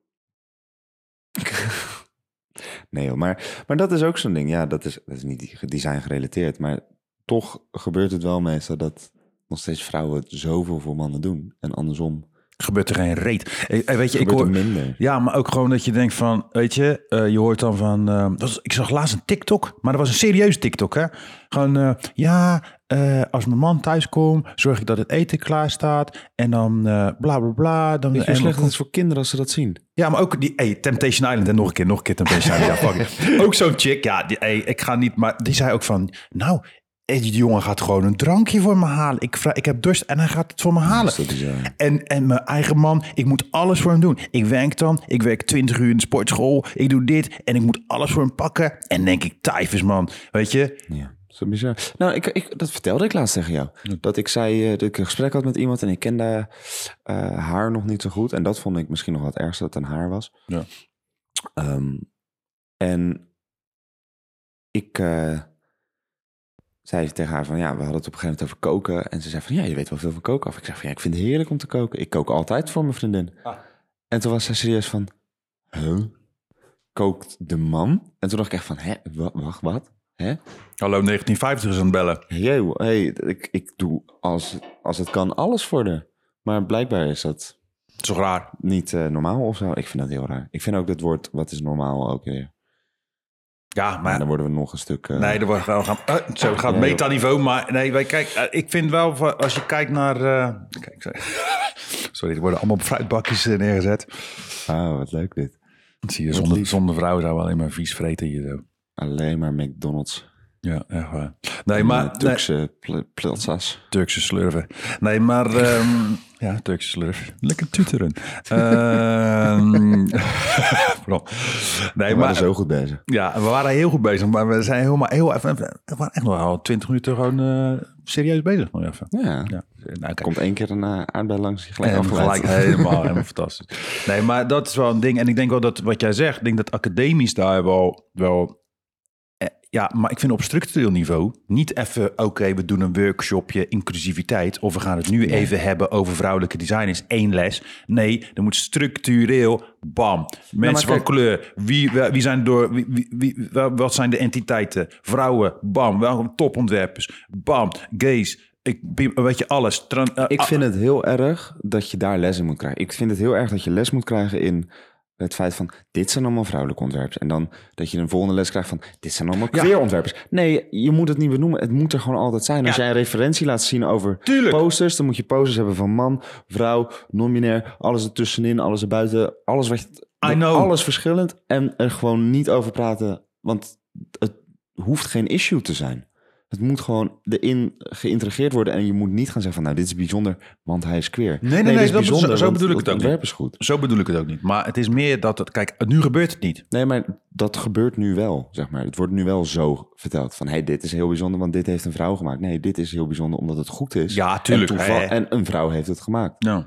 Nee, joh, maar, maar dat is ook zo'n ding. Ja, dat is, dat is niet design gerelateerd. Maar toch gebeurt het wel meestal dat nog steeds vrouwen zoveel voor mannen doen. En andersom... Gebeurt er geen reet. Hey, weet je, ik hoor minder. Ja, maar ook gewoon dat je denkt van, weet je, uh, je hoort dan van, uh, dat was, ik zag laatst een TikTok, maar dat was een serieus TikTok, hè? Gewoon, uh, ja, uh, als mijn man thuis komt, zorg ik dat het eten klaar staat en dan uh, bla bla bla. Dan weet je hoe slecht het is voor kinderen als ze dat zien? Ja, maar ook die, hey, Temptation Island en nog een keer, nog een keer Temptation Island. Ja, fuck. Ook zo'n chick, ja, die, hey, ik ga niet, maar die zei ook van, nou. Die jongen gaat gewoon een drankje voor me halen. Ik, vraag, ik heb dorst en hij gaat het voor me halen. En, en mijn eigen man, ik moet alles voor hem doen. Ik werk dan, ik werk twintig uur in de sportschool. Ik doe dit en ik moet alles voor hem pakken. En denk ik, tyfus man, weet je? Ja, zo bizar. Nou, ik, ik, dat vertelde ik laatst tegen jou. Ja. Dat ik zei, uh, dat ik een gesprek had met iemand en ik kende uh, haar nog niet zo goed. En dat vond ik misschien nog wat ergste dat het aan haar was. Ja. Um, en ik... Uh, zei ze tegen haar van, ja, we hadden het op een gegeven moment over koken. En ze zei van, ja, je weet wel veel van koken af. Ik zeg van, ja, ik vind het heerlijk om te koken. Ik kook altijd voor mijn vriendin. Ah. En toen was zij serieus van, huh? Kookt de man? En toen dacht ik echt van, hè, wacht, wacht, wat? Hè? Hallo, negentien vijftig is aan het bellen. Hey, hey, ik, ik doe als, als het kan alles voor haar. Maar blijkbaar is dat... Het is toch raar? Niet uh, normaal of zo. Ik vind dat heel raar. Ik vind ook het woord, wat is normaal, ook weer... Ja, maar... Ja, dan worden we nog een stuk... Uh... Nee, dan worden we gaan... Uh, zo gaat ja, metaniveau, maar... Nee, wij, kijk, uh, ik vind wel, als je kijkt naar... Uh, kijk, sorry, er worden allemaal fruitbakjes neergezet. Oh, wat leuk dit. Zie je, zonder, zonder vrouw zou wel alleen maar vies vreten hier zo. Alleen maar McDonald's. Ja, echt waar. Nee, maar... Turkse nee, plazza's. Turkse slurven. Nee, maar... Um, ja, Turkse slurf. Lekker tuteren. uh, nee, we waren zo goed bezig. Ja, we waren heel goed bezig. Maar we zijn helemaal heel even... We waren echt nog al twintig minuten gewoon uh, serieus bezig. Nog even. Ja. ja. Nou, komt één keer een uh, aardbei langs. Je gelijk, gelijk helemaal, helemaal fantastisch. Nee, maar dat is wel een ding. En ik denk wel dat wat jij zegt... Ik denk dat academisch daar wel... wel Ja, maar ik vind op structureel niveau niet even... oké, okay, we doen een workshopje inclusiviteit... of we gaan het nu nee. even hebben over vrouwelijke designers. Één les. Nee, er moet structureel... bam. Mensen ja, van kleur. Wie, wie zijn door... Wie, wie, wie, wat zijn de entiteiten? Vrouwen. Bam. Welke topontwerpers? Bam. Gays. Ik, weet je, alles. Tran, uh, ik vind het heel erg dat je daar les in moet krijgen. Ik vind het heel erg dat je les moet krijgen in... het feit van, dit zijn allemaal vrouwelijke ontwerpers. En dan dat je een volgende les krijgt van, dit zijn allemaal queer ontwerpers. Nee, je moet het niet benoemen. Het moet er gewoon altijd zijn. Als ja. jij een referentie laat zien over Tuurlijk. posters... dan moet je posters hebben van man, vrouw, non-binair... alles ertussenin, alles erbuiten. Alles, wat je, I know. alles verschillend. En er gewoon niet over praten. Want het hoeft geen issue te zijn. Het moet gewoon erin geïntegreerd worden. En je moet niet gaan zeggen van, nou, dit is bijzonder, want hij is queer. Nee, nee, nee, nee is dat bijzonder, zo, zo bedoel ik het ook niet. Is goed. Zo bedoel ik het ook niet. Maar het is meer dat het, kijk, nu gebeurt het niet. Nee, maar dat gebeurt nu wel, zeg maar. Het wordt nu wel zo verteld van, hey, dit is heel bijzonder, want dit heeft een vrouw gemaakt. Nee, dit is heel bijzonder omdat het goed is. Ja, tuurlijk. En, toeval, en een vrouw heeft het gemaakt. Ja.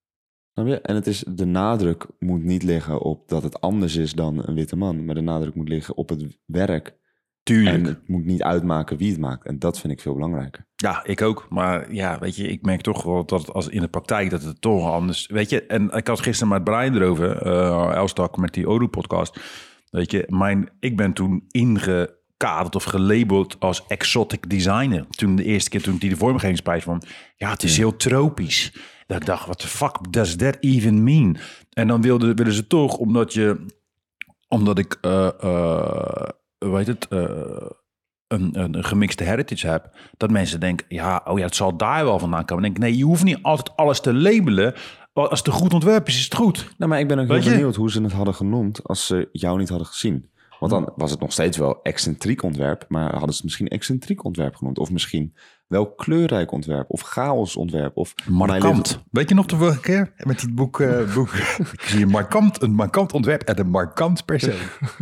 En het is, de nadruk moet niet liggen op dat het anders is dan een witte man. Maar de nadruk moet liggen op het werk. Tuurlijk. En het moet niet uitmaken wie het maakt. En dat vind ik veel belangrijker. Ja, ik ook. Maar ja, weet je, ik merk toch wel dat als in de praktijk dat het toch anders... Weet je, en ik had gisteren met Brian erover, uh, Elstak met die Odu-podcast. Weet je, mijn, ik ben toen ingekaderd of gelabeld als exotic designer. Toen de eerste keer toen ik die de vormgevingsprijs van... Ja, het is heel tropisch. Dat ik dacht, what the fuck does that even mean? En dan wilden, willen ze toch, omdat je... Omdat ik... Uh, uh, hoe heet het, uh, een, een, een gemixte heritage heb, dat mensen denken, ja, oh ja, het zal daar wel vandaan komen. Dan denk ik, nee, je hoeft niet altijd alles te labelen. Als het een goed ontwerp is, is het goed. Nou, maar ik ben ook heel benieuwd hoe ze het hadden genoemd als ze jou niet hadden gezien. Want dan was het nog steeds wel excentriek ontwerp, maar hadden ze het misschien excentriek ontwerp genoemd. Of misschien wel kleurrijk ontwerp, of chaos ontwerp. Of markant. Weet je nog de vorige keer met die boek? Uh, boek. Ik zie een markant, een markant ontwerp en een markant persoon.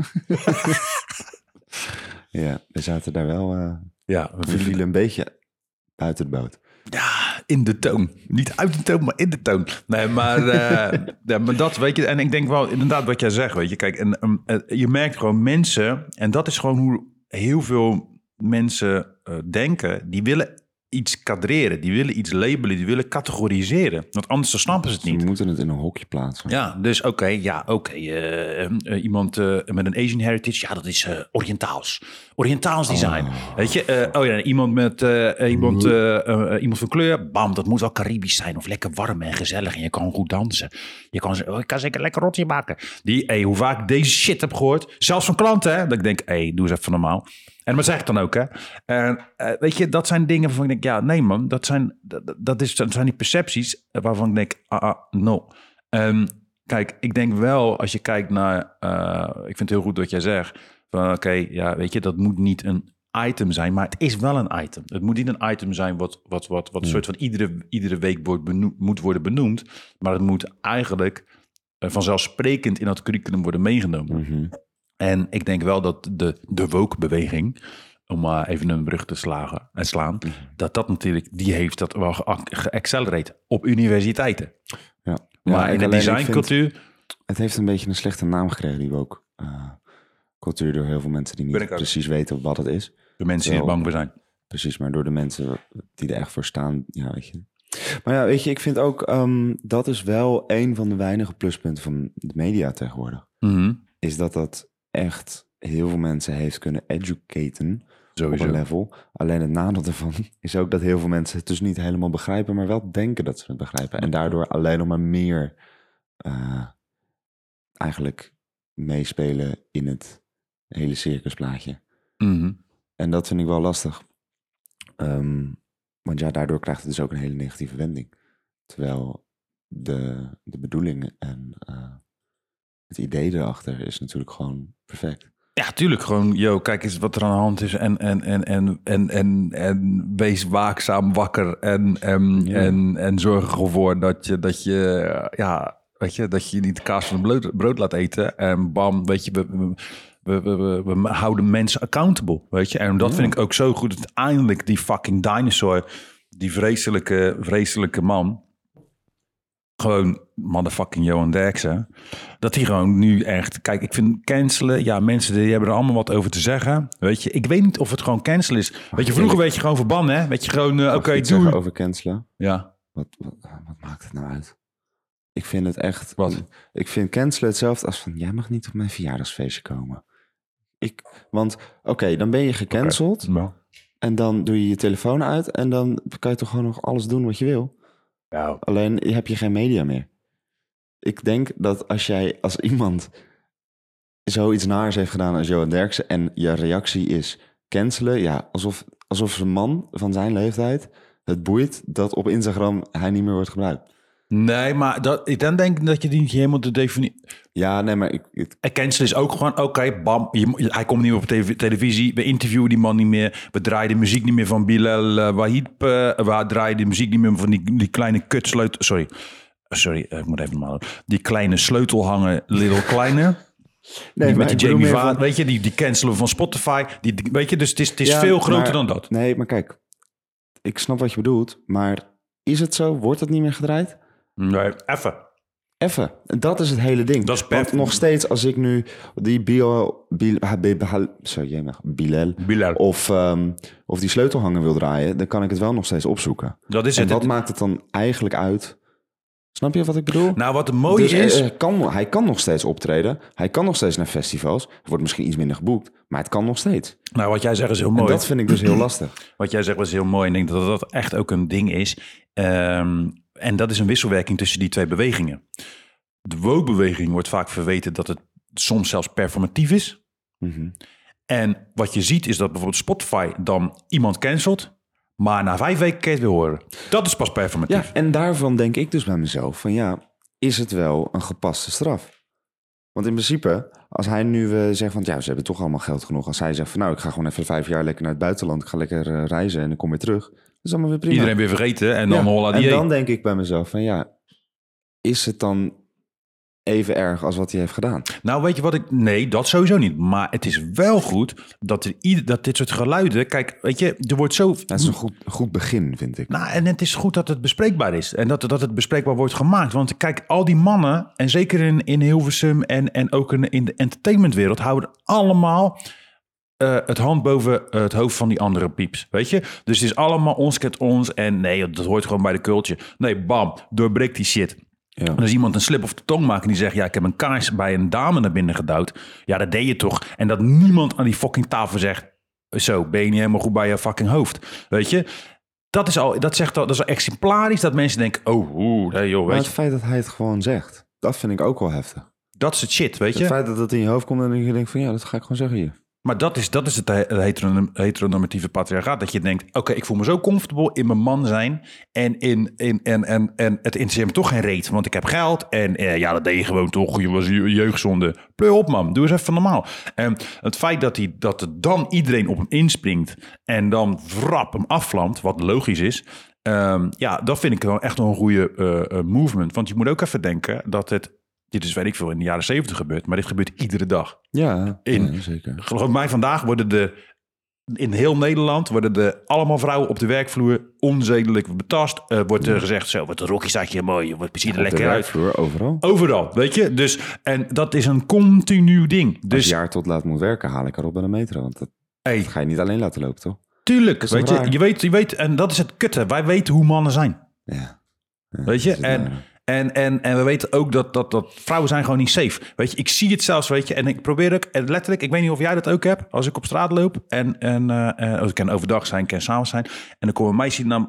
Ja, we zaten daar wel... Uh, ja, we vielen een beetje buiten de boot. Ja, in de toon. Niet uit de toon, maar in de toon. Nee, maar, uh, ja, maar dat, weet je... En ik denk wel, inderdaad, wat jij zegt, weet je. Kijk, en, um, uh, je merkt gewoon mensen... En dat is gewoon hoe heel veel mensen uh, denken. Die willen iets kadreren. Die willen iets labelen. Die willen categoriseren. Want anders dan snappen ze het niet. Ze moeten het in een hokje plaatsen. Ja, dus oké. Okay, ja, oké. Okay, uh, uh, iemand uh, met een Asian heritage. Ja, dat is uh, Oriëntaals. Oriëntaals design. Oh. Weet je? Uh, oh ja, iemand met uh, iemand, uh, uh, iemand van kleur. Bam, dat moet wel Caribisch zijn. Of lekker warm en gezellig. En je kan goed dansen. Je kan, oh, ik kan zeker lekker rotje maken. Die, hey, hoe vaak ik deze shit heb gehoord. Zelfs van klanten, hè. Dat ik denk, hé, hey, doe eens even normaal. En dat zeg ik dan ook, hè. En uh, weet je, dat zijn dingen waarvan ik denk, ja, nee man. Dat zijn, dat, dat, is, dat zijn die percepties waarvan ik denk, ah, ah no. Um, kijk, ik denk wel, als je kijkt naar... Uh, ik vind het heel goed wat jij zegt. Van oké, okay, ja, weet je, dat moet niet een item zijn. Maar het is wel een item. Het moet niet een item zijn wat, wat, wat, wat een soort van iedere, iedere week wordt benoemd, moet worden benoemd. Maar het moet eigenlijk uh, vanzelfsprekend in dat curriculum worden meegenomen. Mm-hmm. En ik denk wel dat de, de woke-beweging, om maar even een brug te slagen en slaan, mm-hmm. dat dat natuurlijk, die heeft dat wel geaccelerate op universiteiten. Ja. Maar ja, in de designcultuur... Vind, het heeft een beetje een slechte naam gekregen, die woke-cultuur, uh, door heel veel mensen die niet precies weten wat het is. De mensen die er bang voor zijn. Precies, maar door de mensen die er echt voor staan, ja, weet je. Maar ja, weet je, ik vind ook, um, dat is wel een van de weinige pluspunten van de media tegenwoordig. Mm-hmm. Is dat dat echt heel veel mensen heeft kunnen educaten. Sowieso. Op een level. Alleen het nadeel ervan is ook dat heel veel mensen het dus niet helemaal begrijpen, maar wel denken dat ze het begrijpen. En daardoor alleen nog maar meer uh, eigenlijk meespelen in het hele circusplaatje. Mm-hmm. En dat vind ik wel lastig. Um, want ja, daardoor krijgt het dus ook een hele negatieve wending. Terwijl de, de bedoeling en uh, het idee erachter is natuurlijk gewoon perfect. Ja, tuurlijk. Gewoon, yo, kijk eens wat er aan de hand is. En, en, en, en, en, en, en wees waakzaam wakker. En, en, ja. en, en zorg ervoor dat je, dat je, ja, weet je, dat je niet kaas van het brood, brood laat eten. En bam, weet je, we, we, we, we, we houden mensen accountable, weet je. En dat ja. vind ik ook zo goed. Uiteindelijk die fucking dinosaur, die vreselijke, vreselijke man, gewoon motherfucking Johan Derksen, dat hij gewoon nu echt... Kijk, ik vind cancelen... Ja, mensen die hebben er allemaal wat over te zeggen. Weet je, ik weet niet of het gewoon cancelen is. Mag weet je, vroeger werd je gewoon verbannen, hè? Weet je gewoon, uh, oké, okay, doe... over cancelen? Ja. Wat, wat, wat maakt het nou uit? Ik vind het echt... Wat? Ik vind cancelen hetzelfde als van... Jij mag niet op mijn verjaardagsfeestje komen. Ik, want, oké, okay, dan ben je gecanceld. Okay. No. En dan doe je je telefoon uit. En dan kan je toch gewoon nog alles doen wat je wil. Ja. Alleen heb je geen media meer. Ik denk dat als jij als iemand zoiets naars heeft gedaan als Johan Derksen en je reactie is cancelen, ja, alsof, alsof een man van zijn leeftijd het boeit dat op Instagram hij niet meer wordt gebruikt. Nee, maar dat, ik dan denk dat je die niet helemaal te definiëren. Ja, nee, maar ik... ik... En cancelen is ook gewoon, oké, okay, bam, je, hij komt niet meer op tv, televisie. We interviewen die man niet meer. We draaien de muziek niet meer van Bilal uh, Wahib. Uh, we draaien de muziek niet meer van die, die kleine kutsleutel... Sorry, sorry, uh, ik moet even normaal. Die kleine sleutelhanger, Little Kleine... Nee, die met die Jamie Vaat, van... weet je, die, die cancelen van Spotify. Die, die, weet je, dus het is, het is ja, veel groter maar, dan dat. Nee, maar kijk, ik snap wat je bedoelt, maar is het zo? Wordt het niet meer gedraaid? Nee, even. Even. Dat is het hele ding. Dat is Want nog steeds, als ik nu die Bilal, Bilal, sorry, Bilal, Bilal. Of, um, of die sleutelhanger wil draaien, dan kan ik het wel nog steeds opzoeken. Dat is en het. wat het... maakt het dan eigenlijk uit? Snap je wat ik bedoel? Nou, wat het mooie dus, is... Uh, kan, hij kan nog steeds optreden. Hij kan nog steeds naar festivals. Er wordt misschien iets minder geboekt, maar het kan nog steeds. Nou, wat jij zegt is heel mooi. En dat vind ik dus heel lastig. Wat jij zegt was heel mooi. En ik denk dat dat echt ook een ding is. Um, en dat is een wisselwerking tussen die twee bewegingen. De woke-beweging wordt vaak verweten dat het soms zelfs performatief is. Mm-hmm. En wat je ziet is dat bijvoorbeeld Spotify dan iemand cancelt, maar na vijf weken kan je het weer horen. Dat is pas performatief. Ja, en daarvan denk ik dus bij mezelf van ja, is het wel een gepaste straf? Want in principe, als hij nu uh, zegt van... ja, ze hebben toch allemaal geld genoeg. Als hij zegt van nou, ik ga gewoon even vijf jaar lekker naar het buitenland. Ik ga lekker uh, reizen en dan kom weer terug. Dat is allemaal weer prima. Iedereen weer vergeten en dan ja, holla die. En dan denk ik bij mezelf van ja... is het dan even erg als wat hij heeft gedaan? Nou, weet je wat ik... Nee, dat sowieso niet. Maar het is wel goed dat, er ieder, dat dit soort geluiden... Kijk, weet je, er wordt zo... Dat is een goed, goed begin, vind ik. Nou, en het is goed dat het bespreekbaar is. En dat, dat het bespreekbaar wordt gemaakt. Want kijk, al die mannen... en zeker in, in Hilversum en, en ook in, in de entertainmentwereld... houden allemaal... Uh, het hand boven uh, het hoofd van die andere pieps, weet je? Dus het is allemaal ons kent ons en nee, dat hoort gewoon bij de cultje. Nee, bam, doorbreekt die shit. Ja. En als iemand een slip of de tong maakt en die zegt... ja, ik heb een kaars bij een dame naar binnen gedouwd. Ja, dat deed je toch. En dat niemand aan die fucking tafel zegt... zo, ben je niet helemaal goed bij je fucking hoofd, weet je? Dat is al, dat zegt al, dat is al exemplarisch dat mensen denken... oh, oeh, hey, joh, weet maar het je? feit dat hij het gewoon zegt, dat vind ik ook wel heftig. Dat is het shit, weet je? Het feit dat het in je hoofd komt en je denkt van... ja, dat ga ik gewoon zeggen hier. Maar dat is, dat is het heteronorm, heteronormatieve patriarchaat. Dat je denkt, oké, okay, ik voel me zo comfortabel in mijn man zijn. En, in, in, en, en, en het interesseert me toch geen reet, want ik heb geld. En eh, ja, dat deed je gewoon toch. Je was je jeugdzonde. Pleur op, man. Doe eens even normaal. En het feit dat, hij, dat er dan iedereen op hem inspringt... en dan wrap hem afvlamt, wat logisch is... Um, ja, dat vind ik wel echt wel een goede uh, uh, movement. Want je moet ook even denken dat het... Dit is, weet ik veel, in de jaren zeventig gebeurt. Maar dit gebeurt iedere dag. Ja, in, ja zeker. Geloof mij, vandaag worden de... In heel Nederland worden de allemaal vrouwen op de werkvloer onzedelijk betast. Uh, wordt er ja. gezegd, zo, wat een rokje staat je mooi. Wat ziet er lekker uit. Op de werkvloer, overal. Overal, weet je. Dus, en dat is een continu ding. Dus, als je haar tot laat moet werken, haal ik haar op bij de metro. Want dat, hey, dat ga je niet alleen laten lopen, toch? Tuurlijk, weet je, je weet, je weet. En dat is het kutte. Wij weten hoe mannen zijn. Ja. ja weet je, en... Daar. En, en, en we weten ook dat, dat, dat vrouwen zijn gewoon niet safe. Weet je, ik zie het zelfs, weet je. En ik probeer ook, en letterlijk, ik weet niet of jij dat ook hebt. Als ik op straat loop en, en uh, als ik kan overdag zijn, kan s'avonds zijn. En dan komen een meisje naar,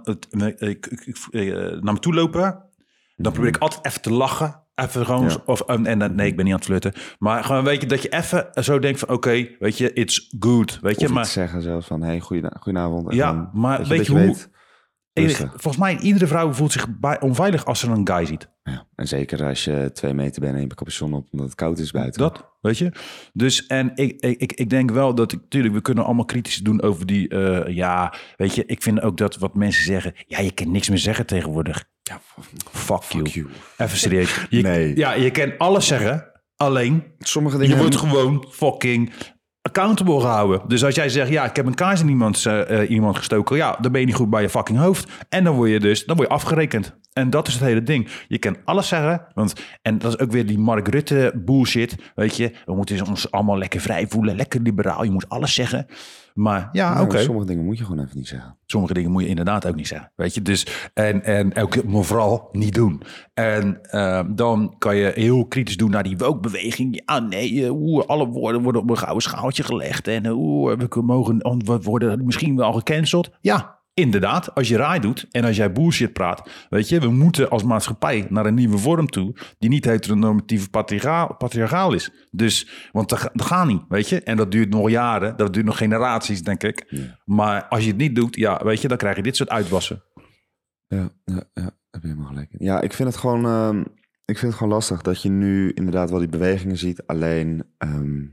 naar me toe lopen. Dan probeer ik altijd even te lachen. Even gewoon, ja. of, en, en nee, ik ben niet aan het flirten. Maar gewoon, weet je, dat je even zo denkt van, oké, okay, weet je, it's good. Weet je, of maar zeggen zelfs van, hey, goedenavond. Ja, gewoon, maar weet je, weet je hoe... Weet, volgens mij, iedere vrouw voelt zich onveilig als ze een guy ziet. Ja, en zeker als je twee meter bent en je hebt een capuchon op omdat het koud is buiten. Dat, weet je. Dus, en ik, ik, ik denk wel dat, natuurlijk, we kunnen allemaal kritisch doen over die, uh, ja, weet je. Ik vind ook dat wat mensen zeggen, ja, je kan niks meer zeggen tegenwoordig. Ja, fuck, fuck you. you. Even serieus. Je, nee. Ja, je kan alles zeggen, alleen, sommige dingen je wordt gewoon fucking... accountable gehouden. Dus als jij zegt, ja, ik heb een kaars in iemand, uh, iemand gestoken, ja, dan ben je niet goed bij je fucking hoofd. En dan word je dus, dan word je afgerekend. En dat is het hele ding. Je kan alles zeggen, want, en dat is ook weer die Mark Rutte bullshit, weet je. We moeten ons allemaal lekker vrij voelen, lekker liberaal. Je moet alles zeggen. Maar ja, nou, oké. Okay. Sommige dingen moet je gewoon even niet zeggen. Sommige dingen moet je inderdaad ook niet zeggen, weet je. Dus, en, en ook, maar vooral niet doen. En uh, dan kan je heel kritisch doen naar die woke-beweging. Ja, nee, oe, alle woorden worden op een gouden schaaltje gelegd. En oe, we mogen, we worden misschien wel gecanceld. Ja, inderdaad, als je raai doet en als jij bullshit praat, weet je, we moeten als maatschappij naar een nieuwe vorm toe die niet heteronormatief patriarchaal, patriarchaal is. Dus, want dat, dat gaat niet, weet je. En dat duurt nog jaren, dat duurt nog generaties, denk ik. Ja. Maar als je het niet doet, ja, weet je, dan krijg je dit soort uitwassen. Ja, ja, ja, heb je helemaal gelijk. Ja, ik vind het gewoon, uh, ik vind het gewoon lastig dat je nu inderdaad wel die bewegingen ziet. Alleen, um,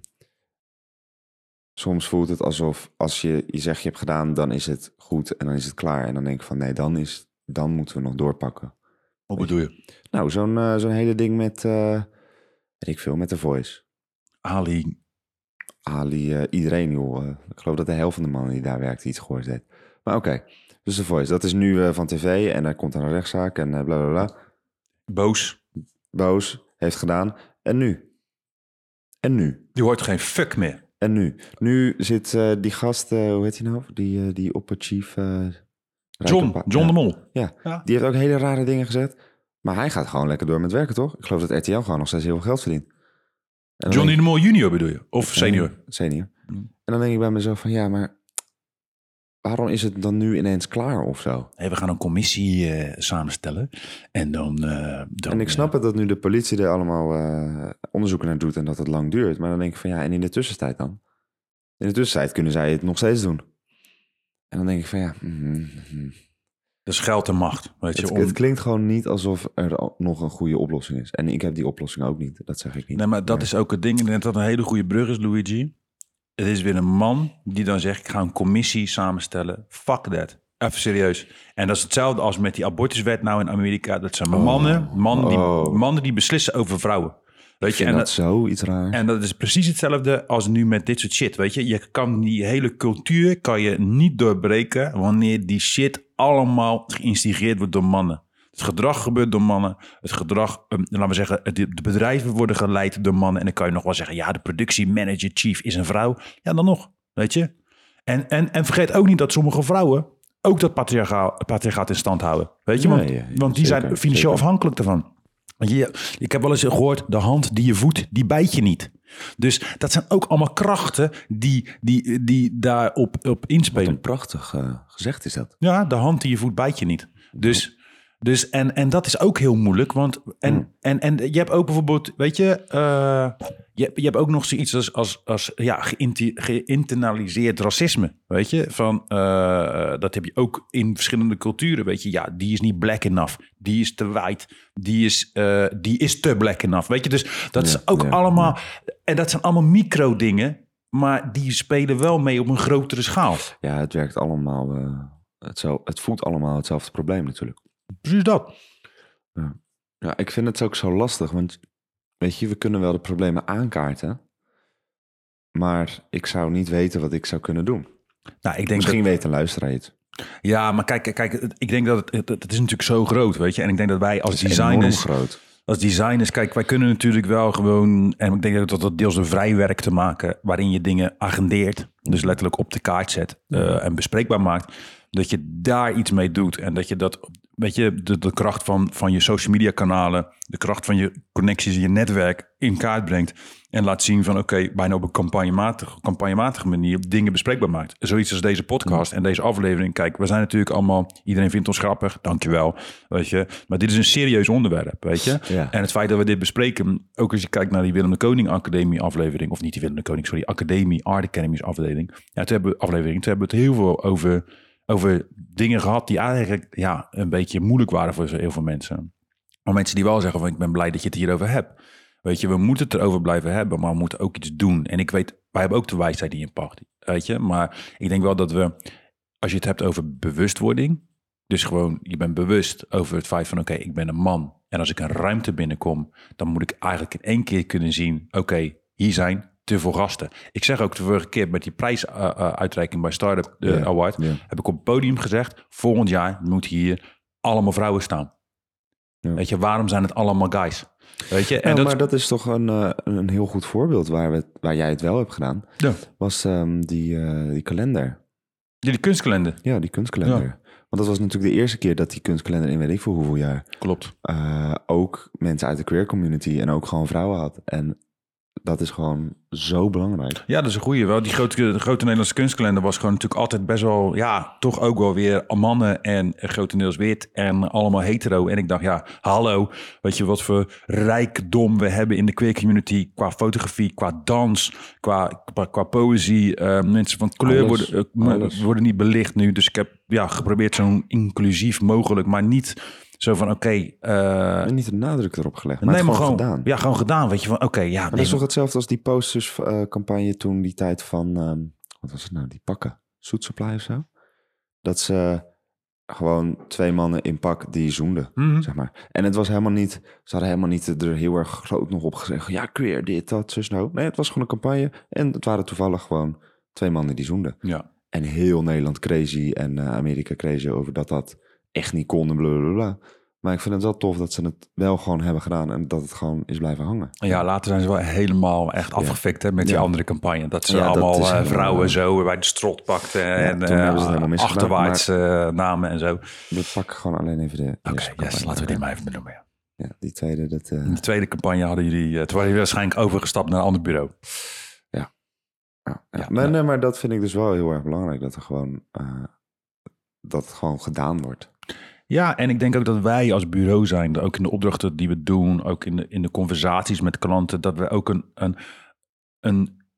soms voelt het alsof als je, je zegt je hebt gedaan, dan is het goed en dan is het klaar. En dan denk ik van nee, dan, is, dan moeten we nog doorpakken. Wat bedoel je? Nou, zo'n, uh, zo'n hele ding met, uh, weet ik veel, met The Voice. Ali. Ali, uh, iedereen joh. Uh, ik geloof dat de helft van de mannen die daar werkt iets gehoord heeft. Maar oké, okay. Dus The Voice, dat is nu uh, van tv en daar komt dan een rechtszaak en uh, bla bla bla. Boos. Boos, heeft gedaan. En nu? En nu? Die hoort geen fuck meer. En nu? Nu zit uh, die gast, uh, hoe heet hij nou? Die, uh, die opperchief... Uh, John, John ja. de Mol. Ja. ja, die heeft ook hele rare dingen gezegd. Maar hij gaat gewoon lekker door met werken, toch? Ik geloof dat R T L gewoon nog steeds heel veel geld verdient. Johnny de Mol junior bedoel je? Of senior? Uh, senior. Mm. En dan denk ik bij mezelf van, ja, maar... waarom is het dan nu ineens klaar of zo? Hey, we gaan een commissie uh, samenstellen. En dan, uh, dan... En ik snap het dat nu de politie er allemaal uh, onderzoeken naar doet... en dat het lang duurt. Maar dan denk ik van, ja, en in de tussentijd dan? In de tussentijd kunnen zij het nog steeds doen. En dan denk ik van, ja... Mm, mm, Dus geld en macht, weet je. Het, om... het klinkt gewoon niet alsof er nog een goede oplossing is. En ik heb die oplossing ook niet, dat zeg ik niet. Nee, maar dat is ook het ding. Ik denk dat een hele goede brug is, Luigi. Het is weer een man die dan zegt, ik ga een commissie samenstellen. Fuck that. Even serieus. En dat is hetzelfde als met die abortuswet nou in Amerika. Dat zijn Oh. mannen, mannen, die, Oh. mannen die beslissen over vrouwen. Weet Ik je, vind en dat zoiets raar. En dat is precies hetzelfde als nu met dit soort shit, weet je. Je kan die hele cultuur kan je niet doorbreken wanneer die shit allemaal geïnstigeerd wordt door mannen. Het gedrag gebeurt door mannen. Het gedrag, um, laten we zeggen, de bedrijven worden geleid door mannen. En dan kan je nog wel zeggen, ja, de productiemanager chief is een vrouw. Ja, dan nog, weet je. En, en, en vergeet ook niet dat sommige vrouwen ook dat patriarchaat, patriarchaat in stand houden. Weet je, want, Nee, ja, want die zeker, zijn financieel zeker. afhankelijk daarvan. Je, ik heb wel eens gehoord, de hand die je voedt, die bijt je niet. Dus dat zijn ook allemaal krachten die, die, die daarop op Wat inspelen. een prachtig uh, gezegd is dat. Ja, de hand die je voedt, bijt je niet. Dus, dus en, en dat is ook heel moeilijk. Want, en, Mm. en, en je hebt ook bijvoorbeeld, weet je, uh, je, je hebt ook nog zoiets als, als, als ja, geïnti- geïnternaliseerd racisme. Weet je, van uh, dat heb je ook in verschillende culturen. Weet je, ja, die is niet black enough. Die is te white. Die is, uh, die is te black enough. Weet je, dus dat Ja, is ook ja, allemaal, ja. En dat zijn allemaal micro dingen. Maar die spelen wel mee op een grotere schaal. Ja, het werkt allemaal, uh, hetzelfde, het voedt allemaal hetzelfde probleem natuurlijk. Precies dat. Ja. ja, ik vind het ook zo lastig, want weet je, we kunnen wel de problemen aankaarten, maar ik zou niet weten wat ik zou kunnen doen. Nou, ik denk Misschien dat, weet een luisteraar het. Ja, maar kijk, kijk, ik denk dat het, het, het is natuurlijk zo groot, weet je. En ik denk dat wij als Het is enorm designers, groot. als designers, kijk, wij kunnen natuurlijk wel gewoon, en ik denk dat dat deels een vrij werk te maken, waarin je dingen agendeert, dus letterlijk op de kaart zet uh, en bespreekbaar maakt, dat je daar iets mee doet en dat je dat, weet je, de, de kracht van, van je social media kanalen, de kracht van je connecties in je netwerk in kaart brengt en laat zien van oké, okay, bijna op een campagnematige, campagnematige manier dingen bespreekbaar maakt. Zoiets als deze podcast en deze aflevering. Kijk, we zijn natuurlijk allemaal, iedereen vindt ons grappig, dankjewel, weet je. Maar dit is een serieus onderwerp, weet je. Ja. En het feit dat we dit bespreken, ook als je kijkt naar die Willem de Koning Academie aflevering, of niet die Willem de Koning, sorry, Academie, Art Academies aflevering. Ja, toen hebben we, aflevering, toen hebben we het heel veel over, over dingen gehad die eigenlijk ja, een beetje moeilijk waren voor heel veel mensen. Maar mensen die wel zeggen van ik ben blij dat je het hierover hebt. Weet je, we moeten het erover blijven hebben, maar we moeten ook iets doen. En ik weet, wij hebben ook de wijsheid die in pacht, weet je. Maar ik denk wel dat we, als je het hebt over bewustwording, dus gewoon, je bent bewust over het feit van oké, okay, ik ben een man. En als ik een ruimte binnenkom, dan moet ik eigenlijk in één keer kunnen zien, oké, okay, hier zijn te veel gasten. Ik zeg ook de vorige keer met die prijsuitreiking uh, uh, bij Startup uh, yeah, Award, yeah. heb ik op het podium gezegd, volgend jaar moet hier allemaal vrouwen staan. Ja. Weet je, waarom zijn het allemaal guys? Weet je? En ja, dat... Maar dat is toch een, uh, een heel goed voorbeeld waar, we, waar jij het wel hebt gedaan. Ja. Was um, die, uh, die kalender. Ja, die kunstkalender. Ja, die kunstkalender. Ja. Want dat was natuurlijk de eerste keer dat die kunstkalender in weet ik voor hoeveel jaar. Klopt. Uh, ook mensen uit de queer community en ook gewoon vrouwen had. En dat is gewoon zo belangrijk. Ja, dat is een goeie. Wel, die grote, de grote Nederlandse kunstkalender was gewoon natuurlijk altijd best wel, ja, toch ook wel weer mannen en grotendeels wit en allemaal hetero. En ik dacht, ja, hallo, weet je wat voor rijkdom we hebben in de queer community qua fotografie, qua dans, qua, qua, qua poëzie. Uh, mensen van kleur alles, worden, uh, worden niet belicht nu. Dus ik heb ja, geprobeerd zo inclusief mogelijk, maar niet... Zo van, oké... Okay, uh, en niet de nadruk erop gelegd, maar, nee, maar gewoon gedaan. Ja, gewoon gedaan, weet je, van oké, okay, ja... Maar nee, dat is toch hetzelfde als die posterscampagne uh, toen, die tijd van... Um, wat was het nou, die pakken? Suit Supply of zo? Dat ze gewoon twee mannen in pak die zoenden, mm-hmm. zeg maar. En het was helemaal niet... Ze hadden helemaal niet er heel erg groot nog op gezegd... Ja, queer, dit, dat, zus, nou. Nee, het was gewoon een campagne. En het waren toevallig gewoon twee mannen die zoenden. Ja. En heel Nederland crazy en uh, Amerika crazy over dat dat... echt niet kon en blablabla. Maar ik vind het wel tof dat ze het wel gewoon hebben gedaan en dat het gewoon is blijven hangen. Ja, later zijn ze wel helemaal echt afgefikt hè, met die ja. andere campagne. Dat ze ja, allemaal dat uh, vrouwen zo bij de strot pakten ja, en uh, achterwaarts uh, namen en zo. We pakken gewoon alleen even de... Oké, okay, yes, laten we die maar even benoemen. Ja. Ja, die tweede... Dat, uh... In de tweede campagne hadden jullie... Uh, toen waren jullie waarschijnlijk overgestapt naar een ander bureau. Ja. ja, ja. ja maar, nee, maar dat vind ik dus wel heel erg belangrijk. Dat er gewoon... Uh, dat het gewoon gedaan wordt. Ja, en ik denk ook dat wij als bureau zijn, ook in de opdrachten die we doen, ook in de, in de conversaties met klanten, dat we ook een, een, een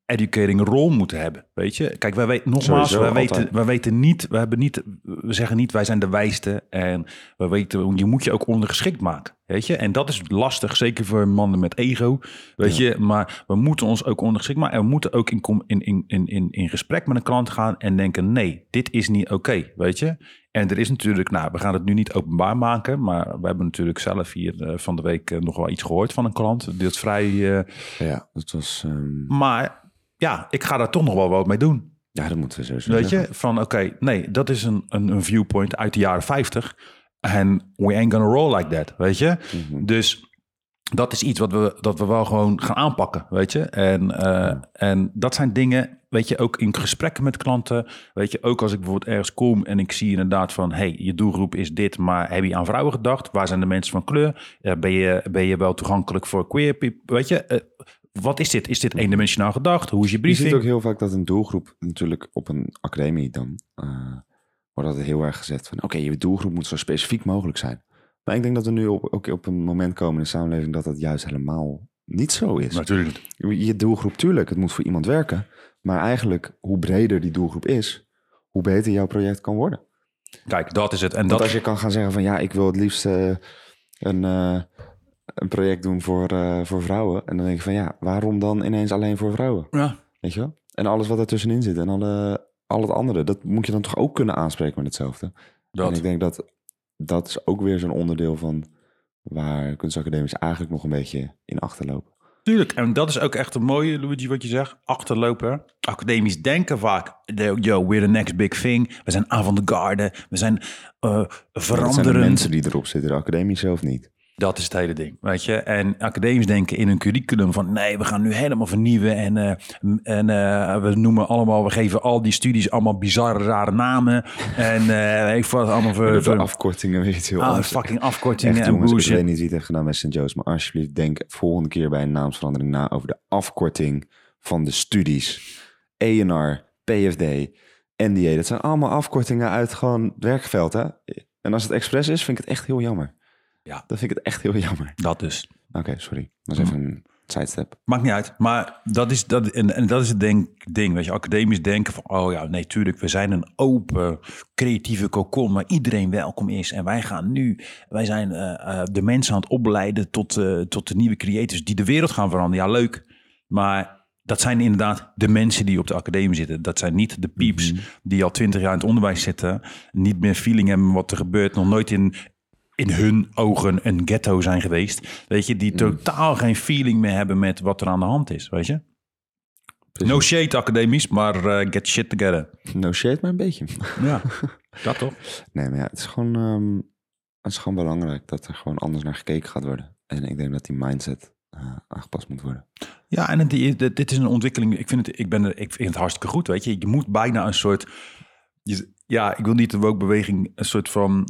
educating rol moeten hebben, weet je. Kijk, wij weten, nogmaals, Sowieso, wij weten, altijd. wij weten niet, we hebben niet, we zeggen niet, wij zijn de wijste en we weten, je moet je ook ondergeschikt maken, weet je. En dat is lastig, zeker voor mannen met ego, weet Ja. je. Maar we moeten ons ook ondergeschikt maken en we moeten ook in, com- in, in, in, in, in gesprek met een klant gaan en denken, nee, dit is niet oké, weet je. En er is natuurlijk, nou, we gaan het nu niet openbaar maken, maar we hebben natuurlijk zelf hier uh, van de week uh, nog wel iets gehoord van een klant. Die is vrij, uh, Ja, dat was... Um... maar ja, ik ga daar toch nog wel wat mee doen. Ja, dat moeten we sowieso Weet zeggen. je, van oké, okay, nee, dat is een, een, een viewpoint uit de jaren vijftig. En we ain't gonna roll like that, weet je. Mm-hmm. Dus dat is iets wat we, dat we wel gewoon gaan aanpakken, weet je. En, uh, ja. en dat zijn dingen, weet je, ook in gesprekken met klanten. Weet je, ook als ik bijvoorbeeld ergens kom en ik zie inderdaad van, hey, je doelgroep is dit, maar heb je aan vrouwen gedacht? Waar zijn de mensen van kleur? Uh, ben, je, ben je wel toegankelijk voor queer people? Weet je, uh, wat is dit? Is dit eendimensionaal gedacht? Hoe is je briefing? Je ziet ook heel vaak dat een doelgroep natuurlijk op een academie dan... Uh, wordt altijd heel erg gezegd van... oké, okay, je doelgroep moet zo specifiek mogelijk zijn. Maar ik denk dat we nu op, ook op een moment komen in de samenleving... dat dat juist helemaal niet zo is. Natuurlijk niet. Je doelgroep, tuurlijk, het moet voor iemand werken. Maar eigenlijk, hoe breder die doelgroep is... hoe beter jouw project kan worden. Kijk, dat is het. En Want dat... als je kan gaan zeggen van... ja, ik wil het liefst uh, een... Uh, een project doen voor, uh, voor vrouwen. En dan denk ik van ja, waarom dan ineens alleen voor vrouwen? Ja. Weet je wel? En alles wat ertussenin zit en alle, al het andere, dat moet je dan toch ook kunnen aanspreken met hetzelfde. Dat. En ik denk dat dat is ook weer zo'n onderdeel van waar kunstacademies eigenlijk nog een beetje in achterlopen. Tuurlijk, en dat is ook echt een mooie, Luigi, wat je zegt. Achterlopen. Academisch denken vaak, yo, we're the next big thing. We zijn avant-garde, we zijn uh, veranderend. Dat zijn de mensen die erop zitten, de academie zelf niet. Dat is het hele ding, weet je. En academisch denken in een curriculum van... nee, we gaan nu helemaal vernieuwen. En, uh, en uh, we noemen allemaal... we geven al die studies allemaal bizarre, rare namen. En uh, ik vond het allemaal... Voor, de voor, afkortingen, weet je wel. Ah, fucking afkortingen echt, en jongens, bullshit. Ik weet niet wie het heeft gedaan met Saint Joe's... maar alsjeblieft denk volgende keer bij een naamsverandering na... over de afkorting van de studies. E en R, P F D, N D A. Dat zijn allemaal afkortingen uit gewoon het werkveld, hè. En als het expres is, vind ik het echt heel jammer. Ja, dat vind ik het echt heel jammer. Dat dus. Oké, okay, sorry. Dat is even een sidestep. Maakt niet uit. Maar dat is, dat, en, en dat is het denk, ding. Weet je, academisch denken van... oh ja, nee, tuurlijk. We zijn een open, creatieve cocon... waar iedereen welkom is. En wij gaan nu... wij zijn uh, uh, de mensen aan het opleiden... Tot, uh, tot de nieuwe creators die de wereld gaan veranderen. Ja, leuk. Maar... dat zijn inderdaad de mensen die op de academie zitten. Dat zijn niet de pieps mm-hmm. die al twintig jaar in het onderwijs zitten. Niet meer feeling hebben wat er gebeurt. Nog nooit in, in hun ogen een ghetto zijn geweest. Weet je, die mm. totaal geen feeling meer hebben met wat er aan de hand is. Weet je? Precies. No shade academisch, maar uh, get shit together. No shade, maar een beetje. Ja, dat toch? Nee, maar ja, het is gewoon, um, het is gewoon belangrijk dat er gewoon anders naar gekeken gaat worden. En ik denk dat die mindset... Uh, aangepast moet worden. Ja, en het, dit, dit is een ontwikkeling. Ik vind het, ik ben er, ik vind het hartstikke goed, weet je. Je moet bijna een soort... Je, ja, ik wil niet de woke-beweging een soort van...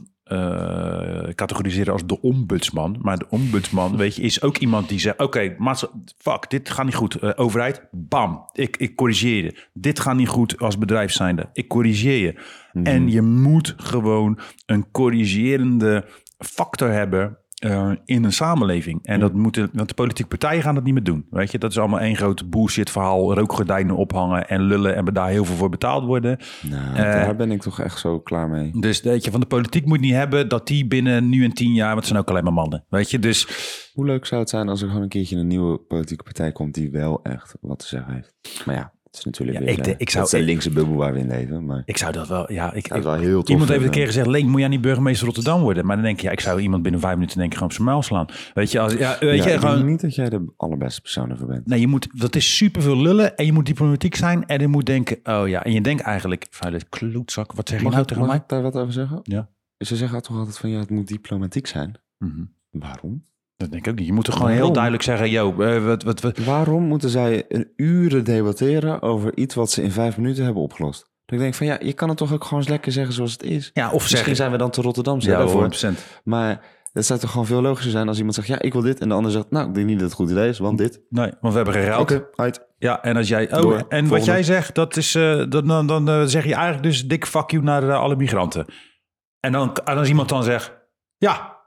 Uh, categoriseren als de ombudsman. Maar de ombudsman, weet je, is ook iemand die zegt... Oké, okay, fuck, dit gaat niet goed. Uh, overheid, bam, ik, ik corrigeer je. Dit gaat niet goed als bedrijf zijnde. Ik corrigeer je. Mm-hmm. En je moet gewoon een corrigerende factor hebben... Uh, in een samenleving. En dat moeten, want de politieke partijen gaan dat niet meer doen. Weet je, dat is allemaal één groot bullshit verhaal. Rookgordijnen ophangen en lullen en daar heel veel voor betaald worden. Nou, uh, daar ben ik toch echt zo klaar mee. Dus weet je, van de politiek moet niet hebben dat die binnen nu en tien jaar, want het zijn ook alleen maar mannen. Weet je, dus... Hoe leuk zou het zijn als er gewoon een keertje een nieuwe politieke partij komt die wel echt wat te zeggen heeft. Maar ja, het is natuurlijk ja, weer ik de, ik zou, het is een linkse bubbel waar we in leven. Maar ik zou dat wel, ja. Ik, dat is wel heel tof. Iemand heeft een keer gezegd, Link, moet jij niet burgemeester Rotterdam worden? Maar dan denk je, ja, ik zou iemand binnen vijf minuten denk ik gewoon op zijn muil slaan. Weet je, als, ja, weet ja, je, ik gewoon... denk niet dat jij de allerbeste persoon ervoor bent. Nee, je moet, dat is superveel lullen en je moet diplomatiek zijn en je moet denken, oh ja, en je denkt eigenlijk, vuile kloetzak, wat zeg je mag nou ik, tegen mag mij? ik daar wat over zeggen? Ja. Ze zeggen toch altijd van, ja, het moet diplomatiek zijn. Mm-hmm. Waarom? Dat denk ik ook niet. Je moet er gewoon Waarom? heel duidelijk zeggen... Yo, uh, wat, wat, wat. Waarom moeten zij een uren debatteren over iets wat ze in vijf minuten hebben opgelost? Dan denk ik van ja, je kan het toch ook gewoon eens lekker zeggen zoals het is. Ja, of Misschien zeggen... zijn we dan te Rotterdam ja, daarvoor. honderd procent. Maar dat zou toch gewoon veel logischer zijn als iemand zegt... ja, ik wil dit. En de ander zegt, nou, ik denk niet dat het een goed idee is, want dit. Nee, want we hebben geruild. Oké, okay, uit. Ja, en als jij... Oh, Door, en volgende. wat jij zegt, dat is... Uh, dat, dan dan uh, zeg je eigenlijk dus dik fuck you naar uh, alle migranten. En, dan, en als iemand dan zegt... Ja,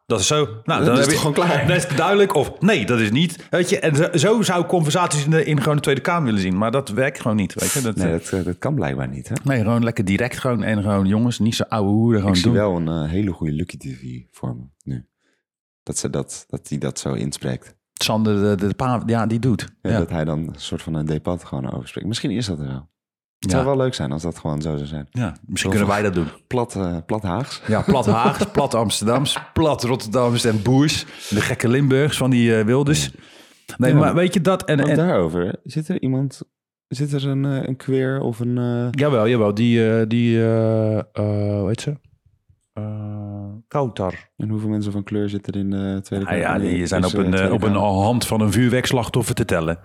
Dat is zo. Nou, dan dan is heb het je, gewoon klaar. Dat is duidelijk. Of nee, dat is niet. Weet je, en zo, zo zou ik conversaties in, de, in gewoon de Tweede Kamer willen zien. Maar dat werkt gewoon niet. Weet je? Dat, Nee, dat, dat kan blijkbaar niet, hè? nee, gewoon lekker direct gewoon. En gewoon, jongens, niet zo ouwe hoeren. Gewoon Ik zie doen. wel een uh, hele goede Lucky T V voor me nu. Dat ze dat, dat die dat zo inspreekt. Sander, de, de, de pa, ja, die doet. Ja, Ja. Dat hij dan een soort van een debat gewoon overspreekt. Misschien is dat er wel. Het Ja. zou wel leuk zijn als dat gewoon zo zou zijn. Ja, misschien Zo kunnen van- wij dat doen. Plat, uh, plat Haags. Ja, plat Haags, plat Amsterdams, plat Rotterdams en Boers. De gekke Limburgs van die uh, Wilders. Nee, Ja. maar weet je dat? En, Ook en, daarover, zit er iemand... Zit er een, uh, een queer of een... Uh... jawel, jawel. Die, uh, die uh, uh, hoe heet ze? Uh, Kautar. En hoeveel mensen van kleur zitten er in de Tweede Ah, ja, Kamer? die zijn Dus, op uh, een, uh, Tweede op een Kamer. hand van een vuurwerkslachtoffer te tellen.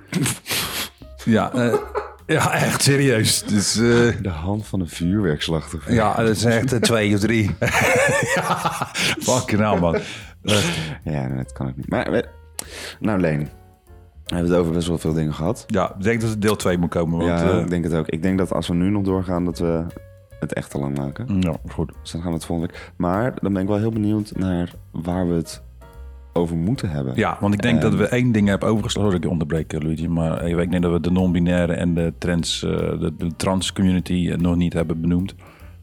ja, uh, ja, echt serieus. Dus, uh, De hand van een vuurwerkslachtoffer. ja, dat is echt uh, twee of drie. ja, fucking hell, man. Uh, Ja, nee, dat kan ook niet. Maar, we- nou Leen, we hebben het over best wel veel dingen gehad. ja, ik denk dat het deel twee moet komen. Want, ja, uh, ik denk het ook. Ik denk dat als we nu nog doorgaan, dat we het echt te lang maken. ja, goed. Dus dan gaan we het volgende week. Maar dan ben ik wel heel benieuwd naar waar we het over moeten hebben. Ja, want ik denk Um, dat we één ding hebben overgeslagen. Sorry, ik onderbreek, Luigi. Maar ik denk dat we de non-binaire en de trans, uh, de, de trans community nog niet hebben benoemd.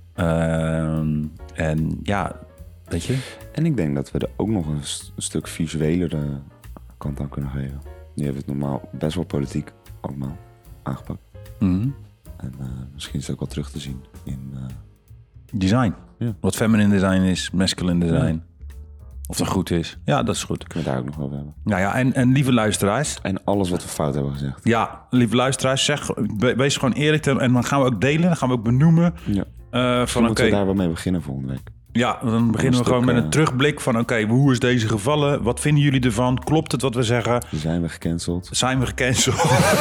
Uh, en ja, weet je. En ik denk dat we er ook nog een, st- een stuk visuelere kant aan kunnen geven. Die hebben het normaal best wel politiek allemaal aangepakt. Mm-hmm. En uh, misschien is het ook wel terug te zien in... Uh, Design. Ja. Wat feminine design is, masculine design. Ja. Of dat goed is. Ja, dat is goed. kunnen we daar ook nog over hebben. Nou ja, en, en lieve luisteraars. En alles wat we fout hebben gezegd. Ja, lieve luisteraars, zeg, be- wees gewoon eerlijk. te- En dan gaan we ook delen, dan gaan we ook benoemen. Ja. Uh, van Moeten oké, we daar wel mee beginnen volgende week. ja, dan beginnen we stuk, gewoon met uh, een terugblik van oké, hoe is deze gevallen? Wat vinden jullie ervan? Klopt het wat we zeggen? Zijn we gecanceld? Zijn we gecanceld?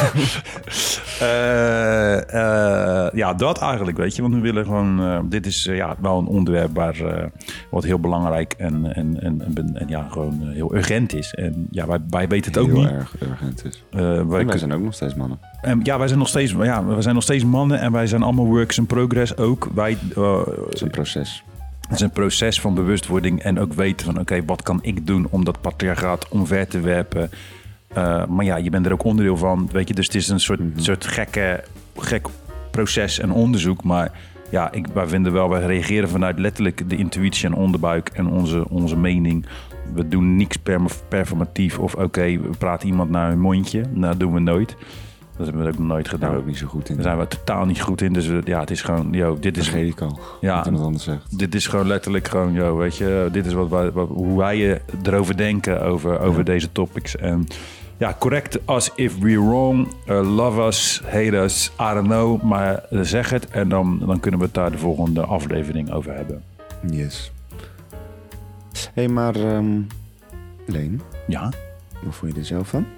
uh, uh, ja, dat eigenlijk, weet je. Want we willen gewoon... Uh, dit is uh, ja, wel een onderwerp waar, uh, wat heel belangrijk en, en, en, en, en ja, gewoon uh, heel urgent is. En ja, wij, wij weten het ook Heel niet. erg urgent is. Uh, wij, En wij kun- zijn ook nog steeds mannen. en ja, wij zijn nog steeds, ja, wij zijn nog steeds mannen en wij zijn allemaal works in progress ook. Wij, uh, Het is een proces. het is een proces van bewustwording en ook weten van oké, wat kan ik doen om dat patriarchaat omver te werpen. Uh, maar ja, je bent er ook onderdeel van, weet je. Dus het is een soort, Mhm. soort gekke, gek proces en onderzoek. Maar ja, ik, wij vinden wel, wij reageren vanuit letterlijk de intuïtie en onderbuik en onze, onze mening. We doen niks perma- performatief of oké, we praten iemand naar hun mondje. Nou, dat doen we nooit. Dat hebben we ook nog nooit Daar gedaan. ben ik ook niet zo goed in. Daar zijn we totaal niet goed in. Dus we, ja, het is gewoon, yo, dit Dat is... vergeet ik al. Ja. Dat iemand anders zegt. Dit is gewoon letterlijk gewoon, yo, weet je, dit is wat wij, wat, hoe wij je erover denken, over, over Ja. deze topics. En ja, correct us if we're wrong, uh, love us, hate us, I don't know, maar uh, zeg het en dan, dan kunnen we het daar de volgende aflevering over hebben. Yes. Hé, hey, maar... Um, Leen, Ja, wat vond je er zelf van?